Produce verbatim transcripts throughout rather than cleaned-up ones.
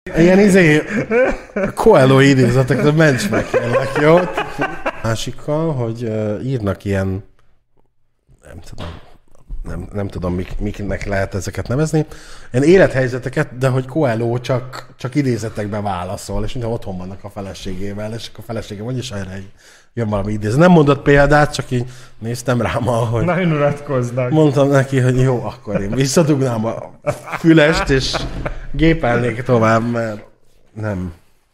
Ilyen izé, Coelho idézetek, de ments meg kérlek, jó? Másikkal, hogy uh, írnak ilyen, nem tudom, nem, nem tudom, mik, miknek lehet ezeket nevezni, ilyen élethelyzeteket, de hogy Coelho csak, csak idézetekben válaszol, és mintha otthon vannak a feleségével, és akkor a felesége mondja, és erre jön valami idézet. Nem mondott példát, csak így néztem rám, ahogy... Nagyon unatkoznak. Mondtam neki, hogy jó, akkor én visszadugnám a fülest, és gépelnék tovább, mert nem.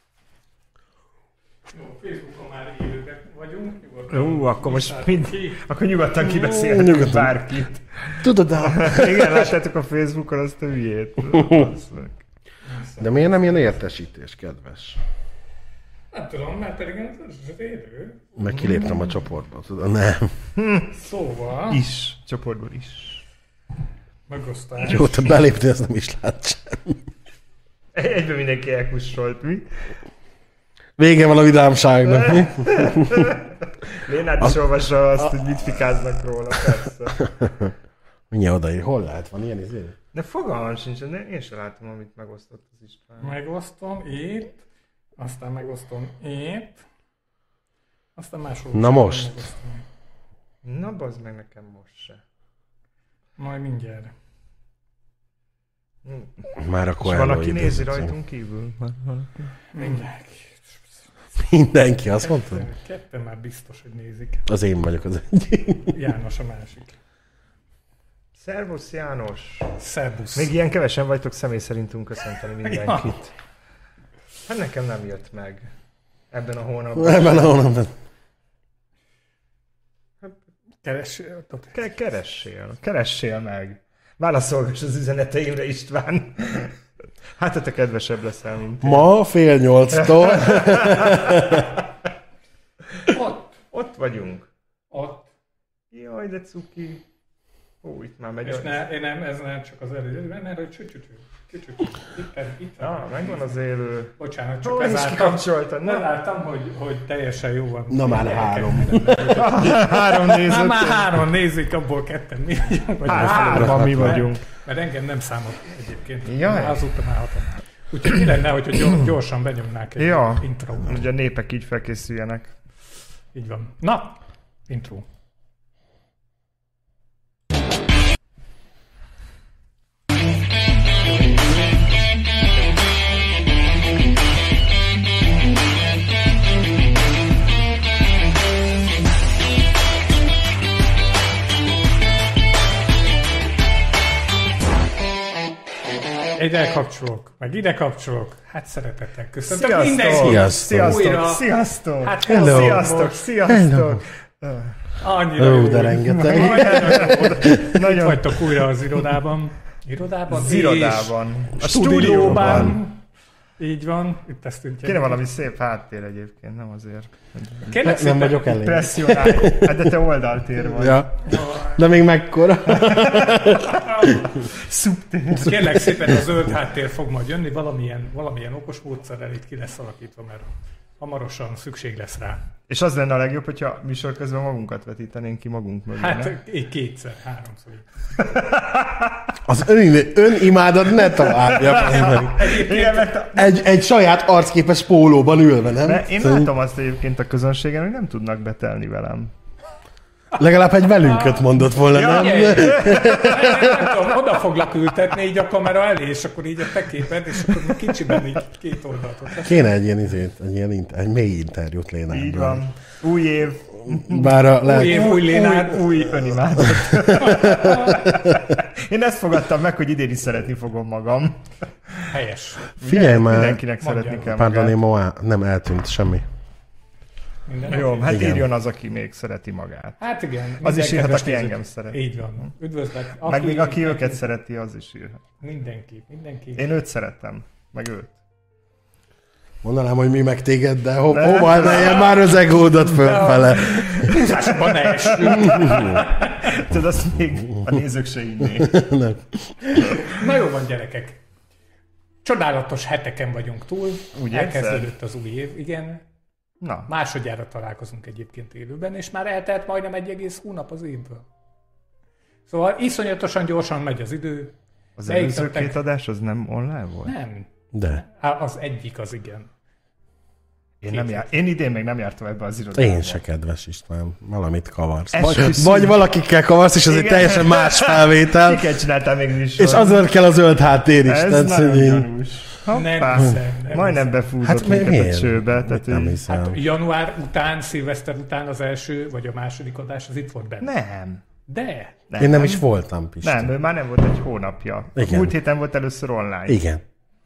Jó, Facebookon már élőben vagyunk. Ú, akkor most mind, akkor nyugodtan kibeszélhetünk bárkit. Tudod, de... Igen, láttátok a Facebookon azt a hülyét. De miért nem ilyen értesítés, kedves? Nem tudom, mert pedig ez az élő. Meg kiléptem a csoportba, tudod? Nem. Szóval... Is. Csoportból is. Megosztás. Jó, te belépni, azt nem is lát semmi. Egyben mindenki elkussolt, mi? Vége van a vidámságnak, mi? Lénád is olvassa azt, hogy mit fikáznak róla, persze. Mindjárt odaír. Hol lehet? Van ilyen izé? De fogalmam sincs, de én sem látom, amit megosztott az István. Megosztom itt, aztán megosztom itt, aztán máshol. Na most. Megosztom. Na bazd meg nekem most se. Majd mindjárt. Már a És Coelho van, aki idézet. nézi rajtunk kívül? Mindenki. Mindenki, azt mondta? Ketten már biztos, hogy nézik. Az én vagyok az egyik. János a másik. Szervusz János! Szerbusz. Még ilyen kevesen vagytok, személy szerint tudunk köszönteni mindenkit. Hát nekem nem jött meg ebben a hónapban. Ebben a hónapban. Keressél. Ke- keressél, keressél meg. Válaszolgass az üzeneteimre, István. Hát, ha te kedvesebb leszel, mint én. Ma fél nyolctól. Ott. Ott vagyunk. Ott. Jaj, de cuki. Ó, itt már megy. És a... ne, én nem, ez nem csak az elő, mert hogy csücsücsü. Csücsücsü. Itt, itt. Ah, megvan az élő. Bocsánat, csak Ó, én is lezártam. kikapcsoltad. Na, Lezártam, hogy, hogy teljesen jó van. Na már három. három Már, nézőt. már három nézik, abból ketten mi vagyunk. Vagy Hát, hárman. hárman mi vagyunk. Mert engem nem számolt egyébként. Jaj. Azóta már hatom. Úgyhogy mi lenne, hogyha gyor- gyorsan benyomnák egy Ja, intrót. ugye a népek így felkészüljenek. Így van. Na, intro. Ide kapcsolok, meg ide kapcsolok. Hát szeretettel köszöntöm Sziasztok! mindenkit. Sziasztok! Sziasztok! Újra. Sziasztok! Hát Hello. Sziasztok! Sziasztok! Annyira Ó, jó. de rengeteg. Itt Nagyon vagytok újra az irodában. Irodában? az irodában. És A stúdióban. stúdióban. Így van. Itt tesztünk. Kéne valami szép háttér egyébként, nem azért. Kérlek Nem szépen. vagyok elég. Presszionál. Hát de te oldaltér vagy. Ja. De még mekkora? Szubtér. Kérlek szépen a zöld háttér fog majd jönni, valamilyen, valamilyen okos módszerrel itt ki lesz alakítva, mert hamarosan szükség lesz rá. És az lenne a legjobb, hogyha műsor közben magunkat vetítenénk ki magunk mögé. Hát ne? így kétszer, háromszor. Az ön, önimádat ne találja. Igen, mert a... Egy, egy saját arcképes pólóban ülve, nem? Mert én látom azt egyébként a közönségen, hogy nem tudnak betelni velem. Legalább egy velünköt mondott volna, Ja, nem? Nem tudom, oda foglak ültetni így a kamera elé, és akkor így a te képed, és akkor kicsiben így két oldalt ott lesz. Kéne egy ilyen, izét, egy ilyen inter, egy mély interjút léne. Így ebből. van. Új év. Bár a lehet... Új év, új Lénád. Új, új önimádat. Én ezt fogadtam meg, hogy idén is szeretni fogom magam. Helyes. Figyelj már. Mindenkinek Mondjál. szeretni kell Pardon, én magát. ma nem eltűnt semmi. Minden Jó, oké? hát Igen. írjon az, aki még szereti magát. Hát igen. Az minden is írhat, kedves aki nézők. engem szeret. Így van. Üdvözlet. Meg még aki őket szereti, az is írhat. Mindenki, mindenki. Én őt szeretem, meg őt. Mondanám, hogy mi meg téged, de ho- hova emeljen már az egódat fölfele. Húzásban ne essünk. Tudod, azt még a nézők se innék. Nem. Na jó van, gyerekek. Csodálatos heteken vagyunk túl. Úgy Elkezdődött az új év, igen. Na, Másodjára találkozunk egyébként élőben, és már eltelt majdnem egy egész hónap az évből. Szóval iszonyatosan gyorsan megy az idő. az Melyik előző tettek? két adás az nem online volt? Nem. De. Á, az egyik az igen. Én, nem jár, én idén még nem jártam ebbe az irodába. Én se, kedves István. Valamit kavarsz. Vagy, Esküszöm. vagy valakikkel kavarsz, és ez egy teljesen más felvétel. Kiket csináltál még is? És azért kell a zöld háttér is. Ez tehát, nagyon hogy így- gyanús. Nem Hoppá. hiszem, nem Majdnem hiszem. befúzott Hát minket miért? a csőbe. Mit Tehát, nem hogy- hiszem. Hát január után, szilveszter után az első, vagy a második adás, az itt volt benne. nem. De? nem. Én nem is voltam, Pisti. Nem, ő már nem volt egy hónapja. Igen. Múlt héten volt először online. Igen.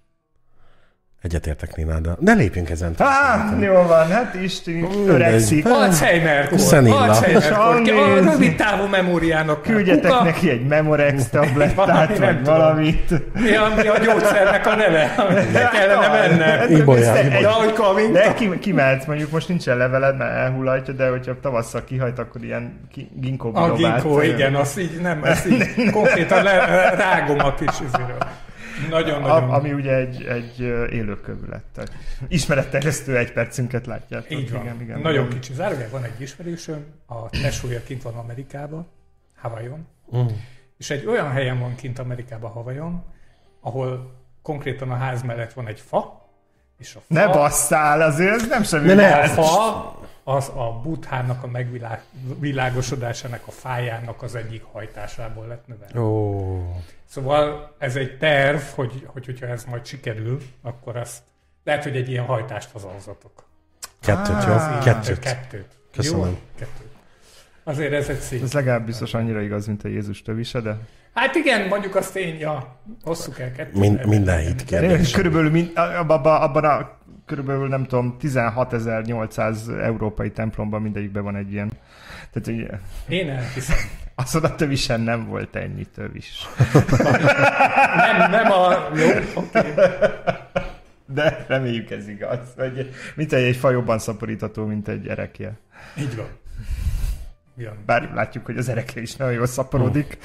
Egyetértek Nináddal. Ne lépjünk ezen. túl. Á, jó van, hát Isten öregszik. Alzheimer-kor. Szenilla. Alzheimer-kor. És A nézni. rövid távú memóriának. Küldjetek Kuka. neki egy Memorex tablettát, Valami, nem vagy tudom. valamit. Mi a, mi a gyógyszernek a neve? Aminek kellene menne. Ibolya, Össze- ibolya. De ahogy Kalvin. De ki, kimehetsz, mondjuk most nincsen leveled, mert elhullatja, de hogyha tavasszal kihajt, akkor ilyen ki- ginkgo A bilobát. ginkgo, igen, az így nem, ez így konkrétan le, rágom a kis izéről. Nagyon-nagyon. A, ami ugye egy, egy ö, élő kövület. Tehát ismeretterjesztő egy percünket látjátok. Így van. Igen, igen, Nagyon igen. kicsi. Zárójel van egy ismerősöm, a tesója kint van Amerikában, Hawaiion, Mm. és egy olyan helyen van kint Amerikában, Hawaiion, ahol konkrétan a ház mellett van egy fa, és a fa, Ne basszál, azért ez nem semmi. Ne, ne, a más. fa az a Buddhának a megvilágosodásának, a fájának az egyik hajtásából lett növelve. Ó. Szóval ez egy terv, hogy, hogy hogyha ez majd sikerül, akkor azt lehet, hogy egy ilyen hajtást hazahozatok. Kettőt, jó? Á. Kettőt. Kettőt. Köszönöm. Jó? Kettőt. Azért ez egy szép. Ez legalább biztos annyira igaz, mint a Jézus tövise, de... Hát igen, mondjuk azt én, ja, hosszuk el kettőt. Min- minden hit kérdés. Körülbelül mind, abban, abban a körülbelül nem tudom, tizenhatezer-nyolcszáz európai templomban mindegyikben van egy ilyen. Tehát ugye, Én elhiszem. azt oda tövisen nem volt ennyi tövis. Nem, nem a... Jó, oké. De reméljük ez igaz. Vagy, mint egy, egy faj jobban szaporítható, mint egy erekje. Így van. Jön. Bár látjuk, hogy az erekje is nagyon jól szaporodik.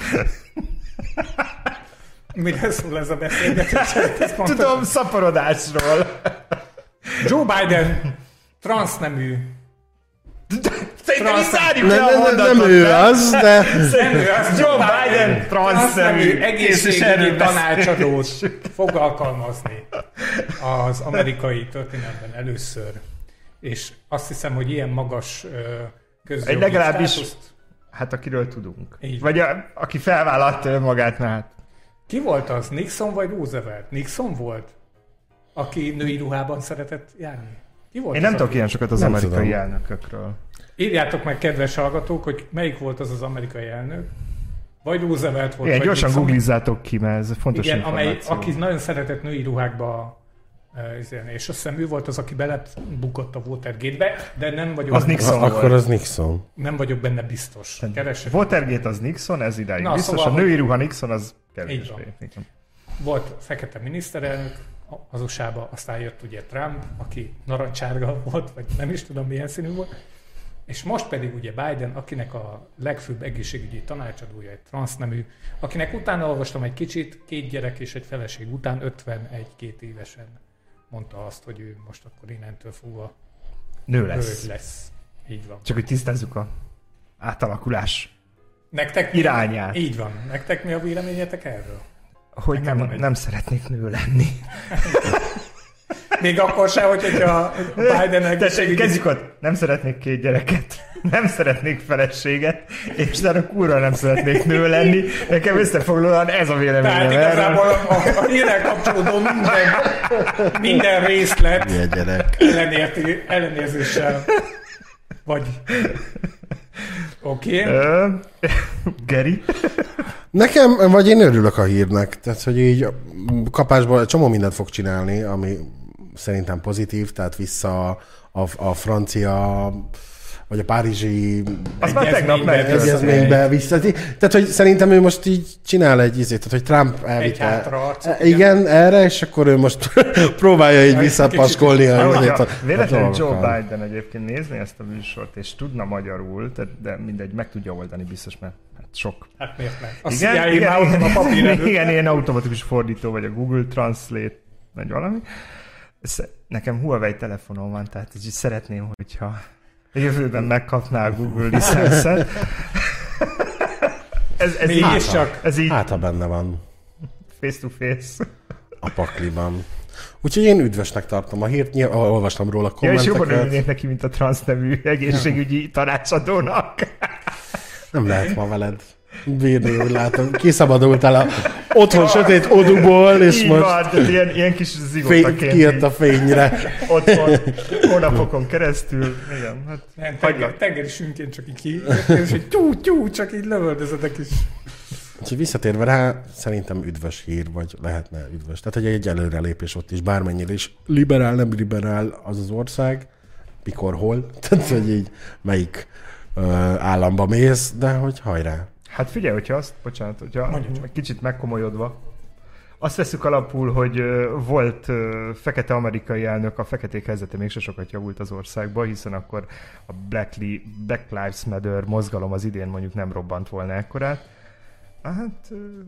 Mire szól ez a beszélgetés? Ezt mondtad. Tudom, szaporodásról. Joe Biden transznemű. Szerintem is zárjuk Ne, le a ne, ne, mondatot. nem ő az, de... Nem ő, az Joe Biden transznemű egészségügyi tanácsadót fog alkalmazni az amerikai történelemben először. És azt hiszem, hogy ilyen magas ö, közjogi Legalábbis- státuszt... Hát akiről tudunk. Így. Vagy a, aki felvállalta önmagát, na hát. Ki volt az? Nixon vagy Roosevelt? Nixon volt? Aki női ruhában szeretett járni? Ki volt Én az, nem tudok aki- ilyen sokat az Nem amerikai tudom. elnökökről. Írjátok meg, kedves hallgatók, hogy melyik volt az az amerikai elnök, vagy Roosevelt volt, Igen, vagy gyorsan Nixon. googlizzátok ki, mert ez fontos Igen, amely, információ. aki nagyon szeretett női ruhákba uh, izélni, és azt hiszem ő volt az, aki belebukott a Watergate-be, de nem vagyok, Az Nixon Akkor volt. az Nixon. nem vagyok benne biztos. Keresek. Watergate az Nixon, ez idáig Na, biztos. szóval, a hogy- női ruha Nixon az Így van. kevésbé. Igen. Volt fekete miniszterelnök az u es á-ba, aztán jött ugye Trump, aki narancsárga volt, vagy nem is tudom milyen színű volt, és most pedig ugye Biden, akinek a legfőbb egészségügyi tanácsadója egy transznemű, akinek utána olvastam egy kicsit, két gyerek és egy feleség után ötvenegy-két évesen mondta azt, hogy ő most akkor innentől fogva Nő lesz. lesz. lesz. Így van. Csak hogy tisztázzuk a átalakulás Nektek irányát. Így van. Nektek mi a véleményetek erről? Hogy Nekem van nem, egy- nem szeretnék nő lenni. Még akkor se, hogy a Biden Tessék, egészségügyi... kezdjük ott. Nem szeretnék két gyereket, nem szeretnék feleséget, és utána kurva nem szeretnék nő lenni. Nekem összefoglalóan ez a véleményem. Tehát igazából a, a hírrel kapcsolódó minden, minden részlet Milyen gyerek. ellenérti, ellenérzéssel vagy. Oké. Okay. Ö, Geri? Nekem, vagy én örülök a hírnek. Tehát, hogy így kapásból egy csomó mindent fog csinálni, ami szerintem pozitív, tehát vissza a, a, a francia, vagy a párizsi Azt már tegnap Egyezményben. megköszönöm. egyezménybe vissza. Tehát, hogy szerintem ő most így csinál egy izét, tehát, hogy Trump Egy elvitte. hátraarcot. Igen, igen, erre, és akkor ő most próbálja így visszapaskolni a, Hogyha a, a véletlenül Joe dolgokkal. Biden egyébként nézni ezt a műsort, és tudna magyarul, tehát, de mindegy, meg tudja oldani biztos, mert hát sok. Hát miért nem? A Igen, C I A igen, már ott van a igen, papír igen, én automatikus fordító vagy a Google Translate, vagy valami. Ez, nekem Huawei telefonom van, tehát így szeretném, hogyha a jövőben megkapná a Google licenszet. ez, ez, így, Mégiscsak. ez így Hát, ha benne van face to face. a pakliban. Úgyhogy én üdvösnek tartom a hírt, nyilván olvastam róla Ja, és kommenteket. jobban örülnék neki, mint a transz nevű egészségügyi tanácsadónak. Nem lehet ma veled bírni, úgy látom. Kiszabadultál a otthon sötét odúból, és Így most van, tehát ilyen, ilyen kis fény, zigotaként kijött a fényre. otthon, hónapokon keresztül. Igen, hát Nem, hagylak. tenger, tengeri sünkén csak így ki, és így tyú, tyú, csak így lövöldözödek is. Úgyhogy visszatérve rá, szerintem üdvös hír, vagy lehetne üdvös. Tehát, hogy egy előrelépés ott is, bármennyire is liberál, nem liberál az az ország, mikor, hol, tehát, hogy így melyik uh, államba mész, de hogy hajrá. Hát figyelj, hogyha azt, bocsánat, hogyha kicsit megkomolyodva, azt veszük alapul, hogy uh, volt uh, fekete amerikai elnök, a feketék helyzete mégse sokat javult az országban, hiszen akkor a Black, Li- Black Lives Matter mozgalom az idén mondjuk nem robbant volna ekkorát. Hát...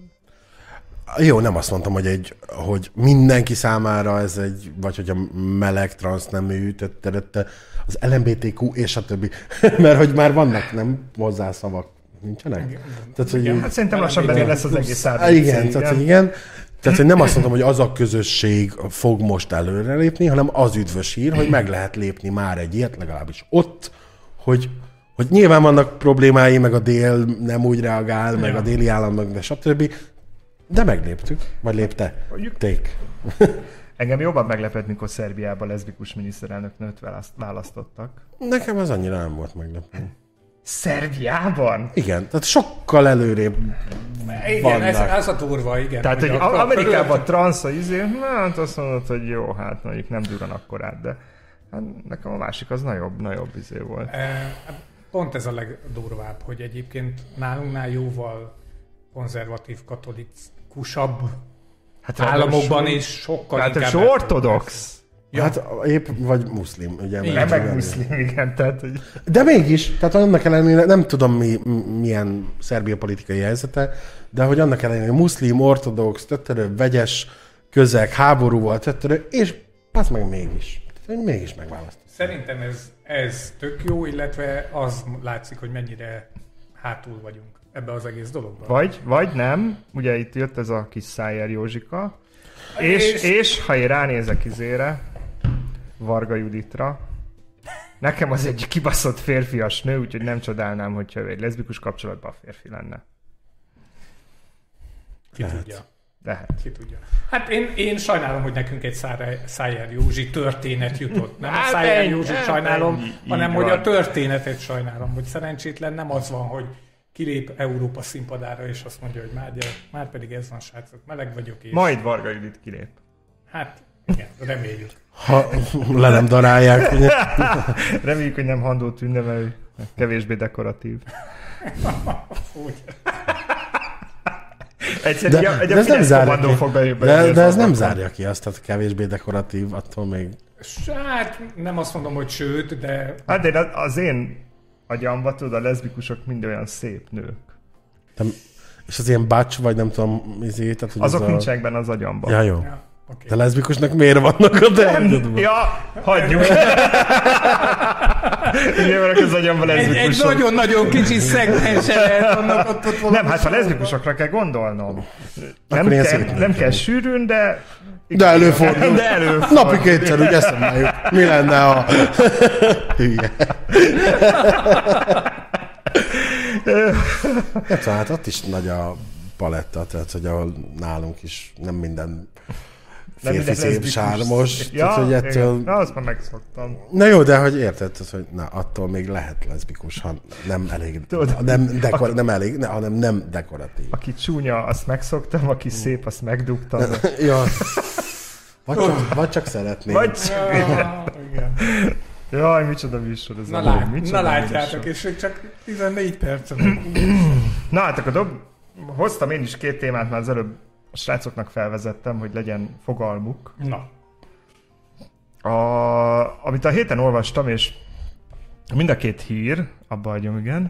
Uh... Jó, nem azt mondtam, hogy, egy, hogy mindenki számára ez egy, vagy hogy a meleg, transznemű, tette, az el em bé té kú és a többi. Mert hogy már vannak, nem hozzászavak nincsenek? Tehát, hogy Igen, hát szerintem lassan benne lesz az egész árnyék. igen, tehát, hogy igen. Tehát, hogy nem azt mondom, hogy az a közösség fog most előrelépni, hanem az üdvös hír, hogy meg lehet lépni már egy ilyet, legalábbis ott, hogy, hogy nyilván vannak problémái, meg a dél nem úgy reagál, meg a déli államnak, de stb. De megléptük. Vagy lépte. Ték. Engem jobban meglepett, mikor Szerbiában leszbikus miniszterelnöknőt választottak. Nekem ez annyira nem volt meglepő. Szerbiában? Igen, tehát sokkal előrébb Igen, ez, ez a durva, igen. Tehát, hogy a, Amerikában körül... transz a izé, hát azt mondod, hogy jó, hát mondjuk nem duran akkorát, de hát nekem a másik az nagyobb, nagyobb izé volt. Pont ez a legdurvább, hogy egyébként nálunknál jóval konzervatív, katolikusabb hát államokban is sokkal hát inkább... Hát ortodox. Ja. Hát épp, vagy muszlim, ugye? Nem meg muszlim, igen, tehát... Hogy... De mégis, tehát annak ellenére, nem tudom mi, milyen Szerbia politikai helyzete, de hogy annak ellenére muszlim, ortodox, töttörő, vegyes közeg, háború volt, töttörő, és az meg mégis. Tehát mégis megválasztott. Szerintem ez, ez tök jó, illetve az látszik, hogy mennyire hátul vagyunk ebbe az egész dologban. Vagy, vagy nem, ugye itt jött ez a kis Szájer Józsika, és, és... és ha én ránézek izére, Varga Juditra, nekem az egy kibaszott férfias nő, úgyhogy nem csodálnám, hogyha ő egy leszbikus kapcsolatban a férfi lenne. Ki Lehet. tudja. Lehet. Ki tudja. Hát én, én sajnálom, hogy nekünk egy Szájer Józsi történet jutott. Nem a Szájer Józsit sajnálom, ennyi, hanem hogy van. A történetet sajnálom, hogy szerencsétlen nem az van, hogy kilép Európa színpadára, és azt mondja, hogy már, gyere, már pedig ez van, srácok, meleg vagyok. És... Majd Varga Judit kilép. Hát, igen, reméljük. Ha le nem darálják. Reméljük, hogy nem Handó Tünde, mert kevésbé dekoratív. Egyszer de, egy, de, ez nem zárja ki. Fog be, be, de, de ez nem zárja ki azt, hogy kevésbé dekoratív, attól még... Hát nem azt mondom, hogy sőt, de... Hát de az én agyamba, tudod, a leszbikusok mind olyan szép nők. De, és az ilyen bács, vagy nem tudom, izé, tehát, hogy azok az nincsenek a... benne az agyamba. Ja, jó. Ja, okay. De leszbikusnak miért vannak a tehetedben? Ja, hagyjuk. Igen, mert az agyamba leszbikusok. Egy, egy nagyon-nagyon kicsi szegmense lehet annak ott, ott nem, hát a leszbikusokra kell gondolnom. Nem kell, nem kell sűrűn, de... De előfordul. De előfordul. Napi kétszer, úgy eszembe mi lenne a... Hülye. Hát ott is nagy a paletta, tehát hogy ahol nálunk is nem minden férfi szép sármos. Ja, tehát, hogy ettől... Na, azt már megszoktam. Na jó, de hogy érted, hogy na, attól még lehet leszbikus, ha nem elég, Tudod, nem, dekor, aki, nem elég, ne, hanem nem dekoratív. Aki csúnya, azt megszoktam, aki szép, azt megdugtam. Ja. Vagy csak, vagy csak szeretném. Vagy csak... Ja, igen. Jaj, micsoda műsor ez. Na, lát, micsoda na látjátok, és még csak tizennégy perc. Na hát akkor dob... hoztam én is két témát, már az előbb a srácoknak felvezettem, hogy legyen fogalmuk. Na. A, amit a héten olvastam, és mind a két hír, abba hagyom, igen,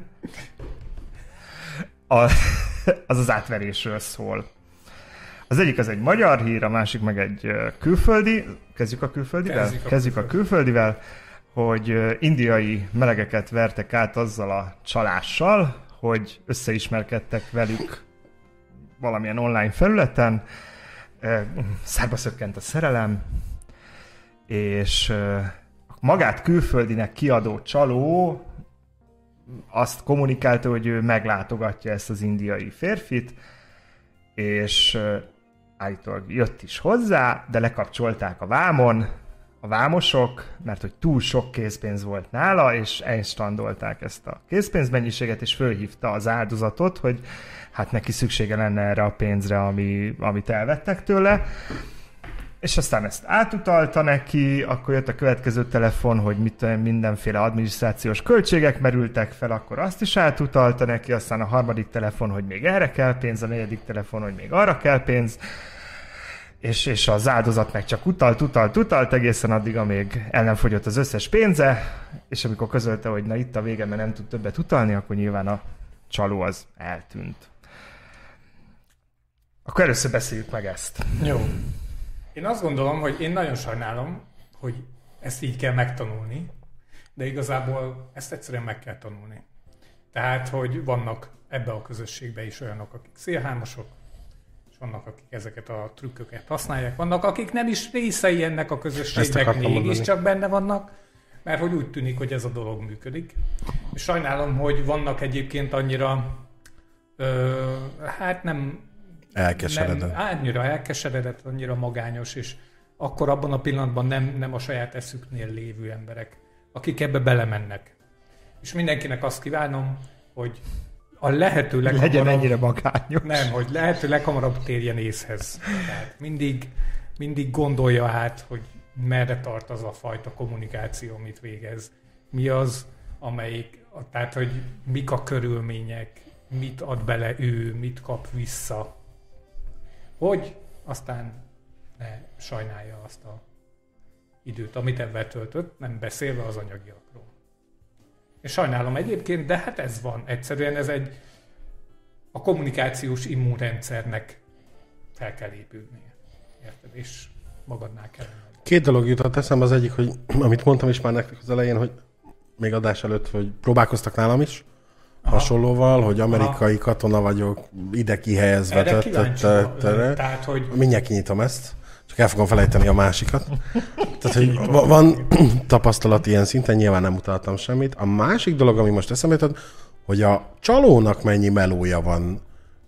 a, az az átverésről szól. Az egyik az egy magyar hír, a másik meg egy külföldi. Kezdjük a külföldivel? Kezdjük a, Kezdjük a külföldivel, hogy indiai melegeket vertek át azzal a csalással, hogy összeismerkedtek velük valamilyen online felületen, szárba szökkent a szerelem, és magát külföldinek kiadó csaló azt kommunikálta, hogy ő meglátogatja ezt az indiai férfit, és állítólag jött is hozzá, de lekapcsolták a vámon, a vámosok, mert hogy túl sok készpénz volt nála, és elstrandolták ezt a készpénzmennyiséget, és fölhívta az áldozatot, hogy hát neki szüksége lenne erre a pénzre, ami, amit elvettek tőle. És aztán ezt átutalta neki, akkor jött a következő telefon, hogy mit, mindenféle adminisztrációs költségek merültek fel, akkor azt is átutalta neki, aztán a harmadik telefon, hogy még erre kell pénz, a negyedik telefon, hogy még arra kell pénz, és, és az áldozat meg csak utalt, utalt, utalt, egészen addig, amíg el nem fogyott az összes pénze, és amikor közölte, hogy na itt a vége, mert nem tud többet utalni, akkor nyilván a csaló az eltűnt. Akkor először beszéljük meg ezt. Jó. Én azt gondolom, hogy én nagyon sajnálom, hogy ezt így kell megtanulni, de igazából ezt egyszerűen meg kell tanulni. Tehát, hogy vannak ebbe a közösségbe is olyanok, akik szélhámosok, és vannak, akik ezeket a trükköket használják, vannak, akik nem is részei ennek a közösségnek, mégiscsak benne vannak, mert hogy úgy tűnik, hogy ez a dolog működik. És sajnálom, hogy vannak egyébként annyira, ö, hát nem... Elkeseredett. Nem, annyira elkeseredett, annyira magányos, és akkor abban a pillanatban nem, nem a saját eszüknél lévő emberek, akik ebbe belemennek. És mindenkinek azt kívánom, hogy a lehető leghamarabb... Legyen ennyire magányos. Nem, hogy lehető leghamarabb térjen észhez. Tehát mindig, mindig gondolja át, hogy merre tart az a fajta kommunikáció, amit végez. Mi az, amelyik... Tehát, hogy mik a körülmények, mit ad bele ő, mit kap vissza. Hogy aztán ne sajnálja azt a időt, amit ebben töltött, nem beszélve az anyagiakról. És sajnálom egyébként, de hát ez van. Egyszerűen ez egy a kommunikációs immunrendszernek fel kell épülnie. Érted? És magadnál kell. Két dolog jutott eszembe, az egyik, hogy amit mondtam is már nektek az elején, hogy még adás előtt, hogy próbálkoztak nálam is, aha, hasonlóval, hogy amerikai aha, katona vagyok, ide kihelyezve. Erre kíváncsi, tehát, hogy... Mindjárt kinyitom ezt, csak el fogom felejteni a másikat. Tehát, hogy van tapasztalat ilyen szinten, nyilván nem utaltam semmit. A másik dolog, ami most eszembe jutott, hogy a csalónak mennyi melója van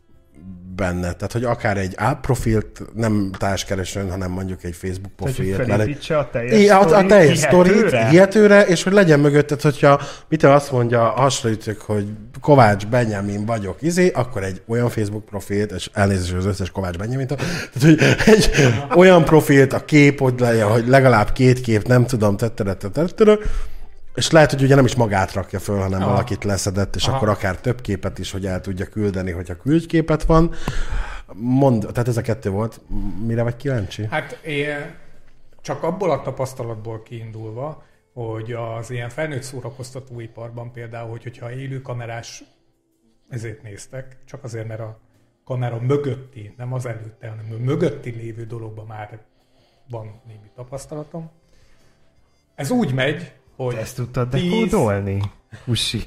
benne. Tehát, hogy akár egy álprofilt nem társkeresőn, hanem mondjuk egy Facebook profilt. Tehát, hogy a teljes sztorit, a, a teljes sztorit hihetőre, és hogy legyen mögöttet, hogyha mit azt mondja, hasonlítjuk, hogy Kovács Benjamin vagyok, izé, akkor egy olyan Facebook profilt, és elnézést az összes Kovács Benjamint, tehát, hogy egy olyan profilt, a kép, hogy legyen, hogy legalább két kép, nem tudom, tettere, tettere, és lehet, hogy ugye nem is magát rakja föl, hanem aha, valakit leszedett, és aha, akkor akár több képet is, hogy el tudja küldeni, hogyha küldképet van. Mond, tehát ez a kettő volt. Mire vagy kíváncsi? Hát én csak abból a tapasztalatból kiindulva, hogy az ilyen felnőtt szórakoztatóiparban például, hogy, hogyha élő kamerás ezért néztek, csak azért, mert a kamera mögötti, nem az előtte, hanem a mögötti lévő dologban már van némi tapasztalatom. Ez úgy megy, hogy ezt tudtad dekódolni? Hussi.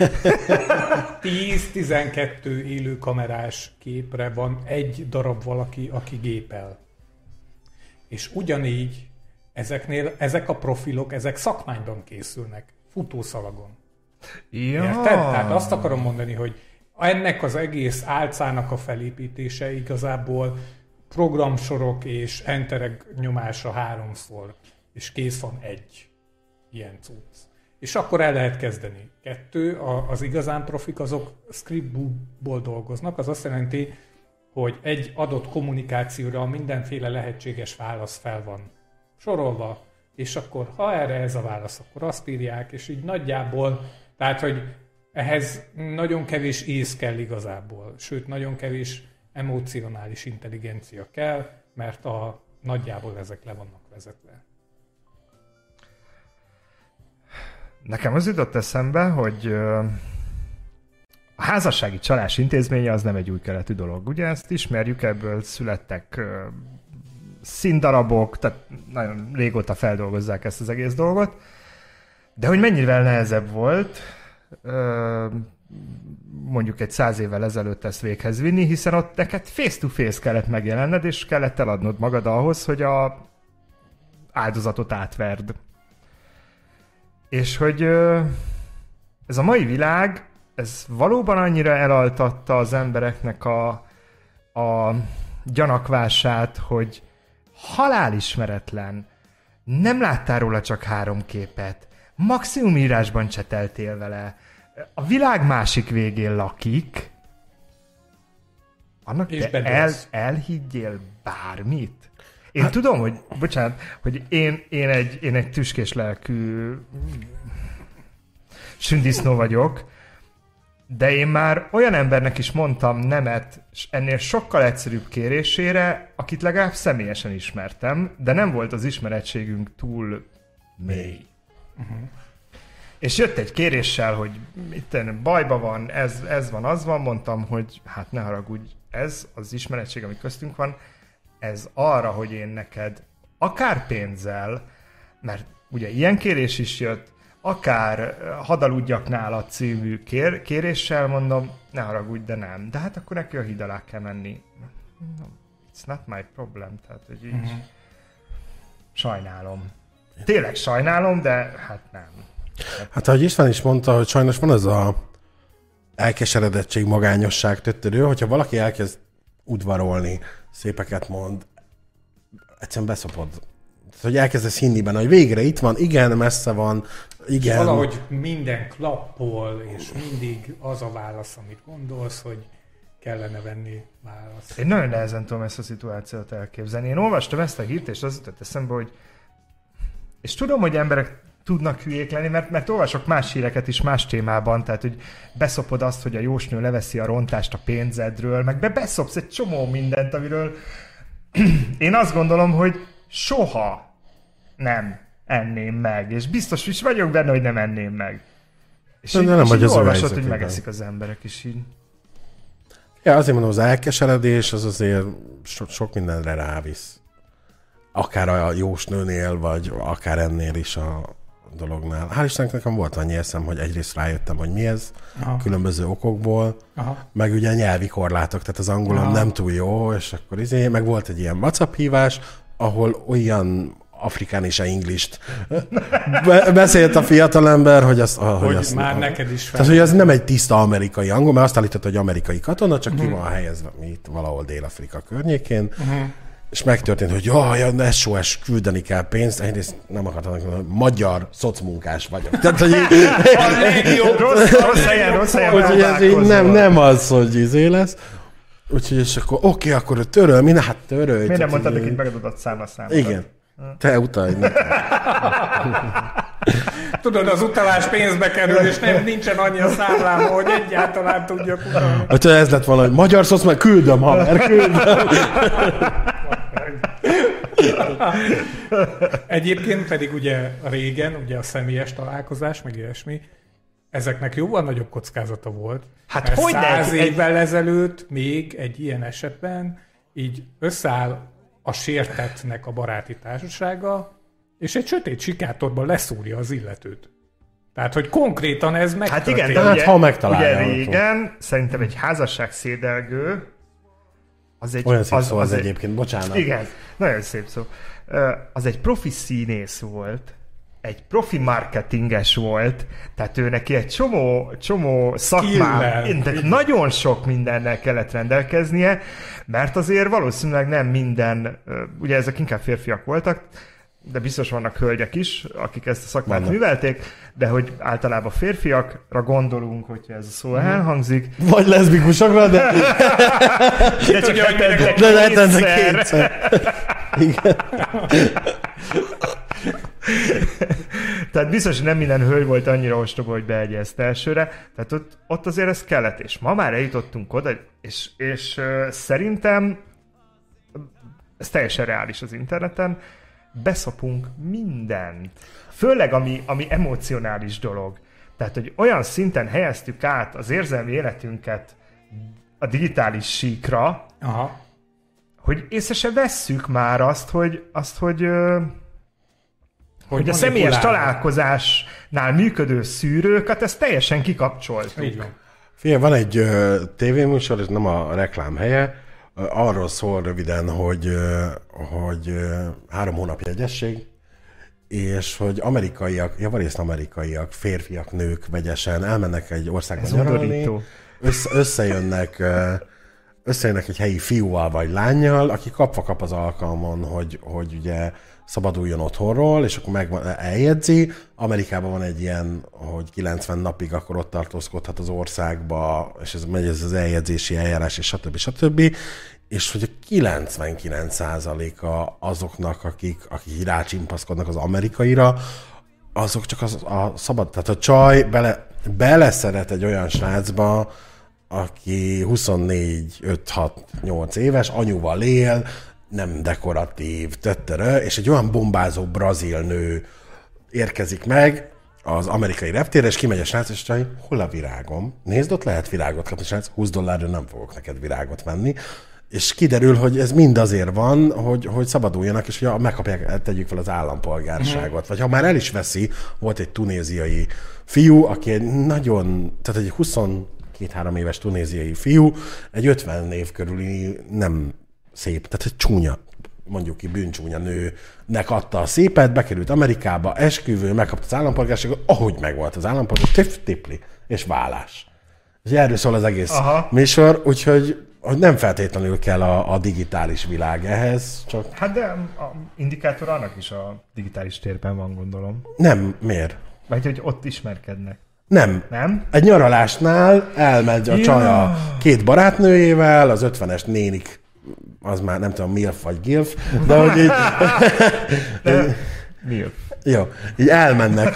tíz-tizenkettő élő kamerás képre van egy darab valaki, aki gépel. És ugyanígy ezeknél, ezek a profilok, ezek szakmányban készülnek, futószalagon. Ja. Érted? Tehát azt akarom mondani, hogy ennek az egész álcának a felépítése igazából programsorok és enterek nyomása háromszor, és kész van egy ilyen cucc. És akkor el lehet kezdeni. Kettő, a, az igazán profik, azok scriptbookból dolgoznak, az azt jelenti, hogy egy adott kommunikációra mindenféle lehetséges válasz fel van sorolva, és akkor ha erre ez a válasz, akkor azt írják, és így nagyjából, tehát, hogy ehhez nagyon kevés ész kell igazából, sőt, nagyon kevés emocionális intelligencia kell, mert a nagyjából ezek le vannak vezetve. Nekem az jutott eszembe, hogy a házassági csalás intézménye az nem egy új keletű dolog. Ugye ezt ismerjük, ebből születtek színdarabok, tehát nagyon régóta feldolgozzák ezt az egész dolgot. De hogy mennyivel nehezebb volt, mondjuk egy száz évvel ezelőtt ezt véghez vinni, hiszen ott neked face-to-face kellett megjelenned, és kellett eladnod magad ahhoz, hogy a áldozatot átverd. És hogy ez a mai világ, ez valóban annyira elaltatta az embereknek a, a gyanakvását, hogy halálismeretlen, nem láttál róla csak három képet, maximum írásban cseteltél vele, a világ másik végén lakik, annak és te el, elhiggyél bármit? Én hát, tudom, hogy, bocsánat, hogy én, én, egy, én egy tüskés lelkű sündisznó vagyok, de én már olyan embernek is mondtam nemet, és ennél sokkal egyszerűbb kérésére, akit legalább személyesen ismertem, de nem volt az ismerettségünk túl mély. Uh-huh. És jött egy kéréssel, hogy itten bajba van, ez, ez van, az van, mondtam, hogy hát ne haragudj, ez az ismerettség, ami köztünk van, ez arra, hogy én neked akár pénzzel, mert ugye ilyen kérés is jött, akár Hadd aludjak nálad című kér, kéréssel mondom, ne haragudj, de nem. De hát akkor neki a híd alá kell menni. It's not my problem. Tehát, hogy így uh-huh. sajnálom. Tényleg sajnálom, de hát nem. Hát ahogy István is mondta, hogy sajnos van ez a elkeseredettség, magányosság töttörő, hogyha valaki elkezd udvarolni, szépeket mond, egyszerűen beszopod. Tehát, hogy elkezdesz hinni benne, hogy végre itt van, igen, messze van, igen. És valahogy minden klappol, és mindig az a válasz, amit gondolsz, hogy kellene venni választ. Én nagyon nehezen tudom ezt a szituációt elképzelni. Én olvastam ezt a hírt, és az jutott eszembe, hogy és tudom, hogy emberek tudnak hülyék lenni, mert, mert olvasok más híreket is más témában, tehát, hogy beszopod azt, hogy a jósnő leveszi a rontást a pénzedről, meg be beszopsz egy csomó mindent, amiről én azt gondolom, hogy soha nem enném meg, és biztos is vagyok benne, hogy nem enném meg. És így, nem és így olvasod, hogy megeszik az emberek is így. Ja, azért mondom, az elkeseredés az azért so- sok mindenre rávisz. Akár a jósnőnél, vagy akár ennél is a dolognál. Hál' Istennek nekem volt annyi eszem, hogy egyrészt rájöttem, hogy mi ez, aha. különböző okokból, aha. meg ugye nyelvi korlátok, tehát az angolom aha. nem túl jó, és akkor izé, meg volt egy ilyen WhatsApp hívás, ahol olyan afrikán és englist beszélt a fiatalember, hogy azt... Hogy, hogy azt már a, neked is fel. Tehát, hogy az nem egy tiszta amerikai angol, mert azt állított, hogy amerikai katona, csak hmm. ki van helyezve itt valahol Dél-Afrika környékén, hmm. és megtörtént, hogy jaj, ja, es o es küldeni kell pénzt, egyrészt nem akartam mondani, hogy magyar szocmunkás vagyok. Tehát, hogy rossz, rossz helyen, rossz helyen nem, nem az, hogy izé lesz. Úgyhogy és akkor oké, okay, akkor töröl, mi? Hát törölj. Miért nem mondtad, hogy megadott számla számot? Igen. Te utalj nekem. Tudod, az utalás pénzbe kerül, és nem nincsen annyi a számlám, hogy egyáltalán tudjak utalni. Hogyha ez lett volna, hogy magyar szosz, meg küldöm, haver, küldöm. Egyébként pedig ugye régen, ugye a személyes találkozás, meg ilyesmi, ezeknek jóval nagyobb kockázata volt. Hát hogy száz évvel ezelőtt még egy ilyen esetben így összeáll a sértettnek a baráti társasága, és egy sötét sikátorban leszúrja az illetőt. Tehát, hogy konkrétan ez megtörtént. Hát igen, de ugye, ha megtalálja. Ugye régen szerintem egy házasság szédelgő az egy... Olyan szép az, szó az, az egy, egyébként, bocsánat. Igen, nagyon szép szó. Az egy profi színész volt, egy profi marketinges volt, tehát ő neki egy csomó, csomó szakmán, nagyon sok mindennel kellett rendelkeznie, mert azért valószínűleg nem minden, ugye ezek inkább férfiak voltak, de biztos vannak hölgyek is, akik ezt a szakmát vannak. Művelték, de hogy általában férfiakra gondolunk, hogyha ez a szó hmm. elhangzik. Vagy leszbikusokra, de... de csak hetente kétszer. kétszer. Igen. Tehát biztos, hogy nem minden hölgy volt annyira ostoba, hogy beegyezte elsőre. Tehát ott, ott azért ez kellett, és ma már eljutottunk oda, és, és uh, szerintem ez teljesen reális az interneten, beszopunk mindent. Főleg, ami, ami emocionális dolog. Tehát, hogy olyan szinten helyeztük át az érzelmi életünket a digitális síkra, aha. hogy észre se vesszük már azt, hogy, azt, hogy, hogy, hogy a személyes találkozásnál működő szűrőket, ezt teljesen kikapcsoltuk. Így van. Figyelj, van egy uh, tévéműsor, ez nem a reklám helye, uh, arról szól röviden, hogy, uh, hogy uh, három hónap jegyesség, és hogy amerikaiak, javarészt amerikaiak, férfiak, nők vegyesen elmennek egy országba nyaralni, össze, összejönnek, uh, összejönnek egy helyi fiúval vagy lánnyal, aki kapva kap az alkalmon, hogy, hogy ugye szabaduljon otthonról, és akkor meg eljegyzi. Amerikában van egy ilyen, hogy kilencven napig akkor ott tartózkodhat az országba, és ez megy ez az eljegyzési eljárás, és stb. stb. És hogy a kilencvenkilenc százaléka azoknak, akik, akik rácsimpaszkodnak az amerikaira, azok csak az, a szabad, tehát a csaj bele, beleszeret egy olyan srácba, aki huszonnégy, öt, hat, nyolc éves, anyuval él, nem dekoratív, tötterö, és egy olyan bombázó brazil nő érkezik meg az amerikai reptérre, és kimegy a srác, és csaj, hol a virágom? Nézd, ott lehet virágot kapni, srác, húsz dollárra nem fogok neked virágot venni. És kiderül, hogy ez mind azért van, hogy, hogy szabaduljanak, és hogy megkapják, tegyük fel az állampolgárságot. Vagy ha már el is veszi, volt egy tunéziai fiú, aki egy nagyon, tehát egy huszonkét-három éves tunéziai fiú, egy ötven év körüli nem szép, tehát egy csúnya, mondjuk ki bűncsúnya nőnek adta a szépet, bekerült Amerikába, esküvő, megkapta az állampolgárságot, ahogy megvolt az állampolgárság, tipli, és vállás. És erről szól az egész Aha. műsor, úgyhogy hogy nem feltétlenül kell a, a digitális világ ehhez, csak... Hát de a indikátor annak is a digitális térben van, gondolom. Nem, miért? Vagy hogy ott ismerkednek. Nem. Nem? Egy nyaralásnál elmegy a ja. csaj a két barátnőjével, az ötvenes nénik, az már nem tudom, milf vagy gilf, de hogy így... de... Milf. Jó, így elmennek,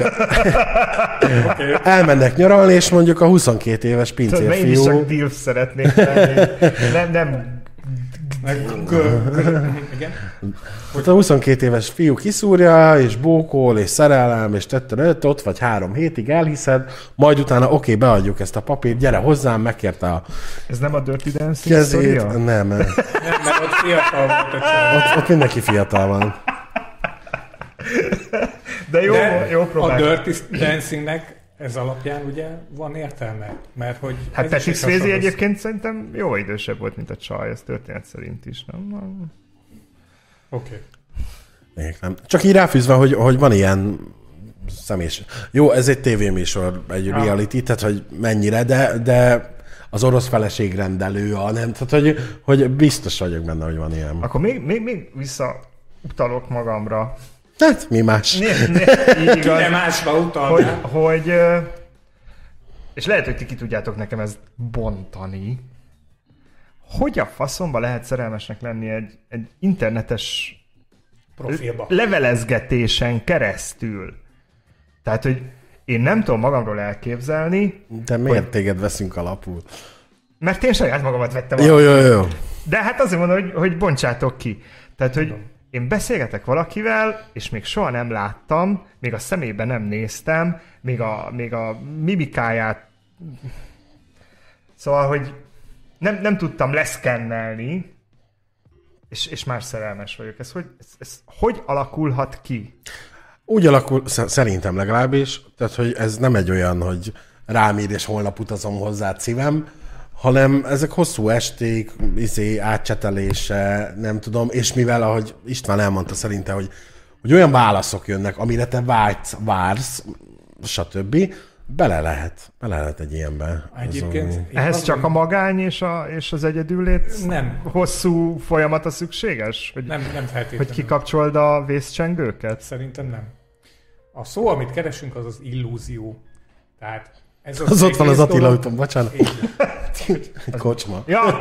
okay. elmennek nyaralni, és mondjuk a huszonkét éves pincérfiú... Szóval én is csak dilf szeretnék lenni. Nem, nem... Igen? Ott a huszonkét éves fiú kiszúrja, és bókol, és szerelem, és tettem, ott vagy három hétig elhiszed, majd utána oké, okay, beadjuk ezt a papírt, gyere hozzám, megkérte a... Ez nem a Dirty Dancing sztoria? Nem, nem. Nem, mert ott fiatal volt a csaj. Ott, ott mindenki fiatal van. De jó, De jó próbálj. A Dirty Dancingnek ez alapján ugye van értelme, mert hogy... Hát Patrick Swayze egyébként szerintem jó idősebb volt, mint a csaj, ez történet szerint is, nem? Oké. Okay. Nem. Csak így ráfűzve, hogy, hogy van ilyen személyes... Jó, ez egy tévéműsor, egy ah. reality, tehát hogy mennyire, de, de az orosz feleségrendelő, a nem, tehát hogy, hogy biztos vagyok benne, hogy van ilyen. Akkor még, még, még visszautalok magamra. Hát, mi más? Ne, ne, igaz, ne másra utalnál. Hogy, hogy, és lehet, hogy ti ki tudjátok nekem ezt bontani. Hogy a faszomba lehet szerelmesnek lenni egy, egy internetes profilba, levelezgetésen keresztül? Tehát, hogy én nem tudom magamról elképzelni. De miért hogy... téged veszünk alapul? Mert én saját magamat vettem Jó, jó, jó. De hát azért mondom, hogy, hogy bontsátok ki. Tehát, hogy én beszélgetek valakivel, és még soha nem láttam, még a szemébe nem néztem, még a, még a mimikáját... Szóval, hogy nem, nem tudtam leszkennelni, és, és már szerelmes vagyok. Ez hogy, ez, ez hogy alakulhat ki? Úgy alakul, szerintem legalábbis, tehát, hogy ez nem egy olyan, hogy rám ír, és holnap utazom hozzá szívem, hanem ezek hosszú esték, izé, átcsetelése, nem tudom, és mivel, ahogy István elmondta szerintem, hogy, hogy olyan válaszok jönnek, amire te vágysz, vársz, stb., bele lehet, bele lehet egy ilyenbe. Egyébként ehhez csak úgy... a magány és, a, és az egyedüllét nem. Hosszú folyamata szükséges? Hogy, nem, nem feltétlenül. Hogy kikapcsold a vészcsengőket? Szerintem nem. A szó, amit keresünk, az az illúzió. Tehát ez az, az ott van az Attila úton, bocsánat. Kocsma. Ja.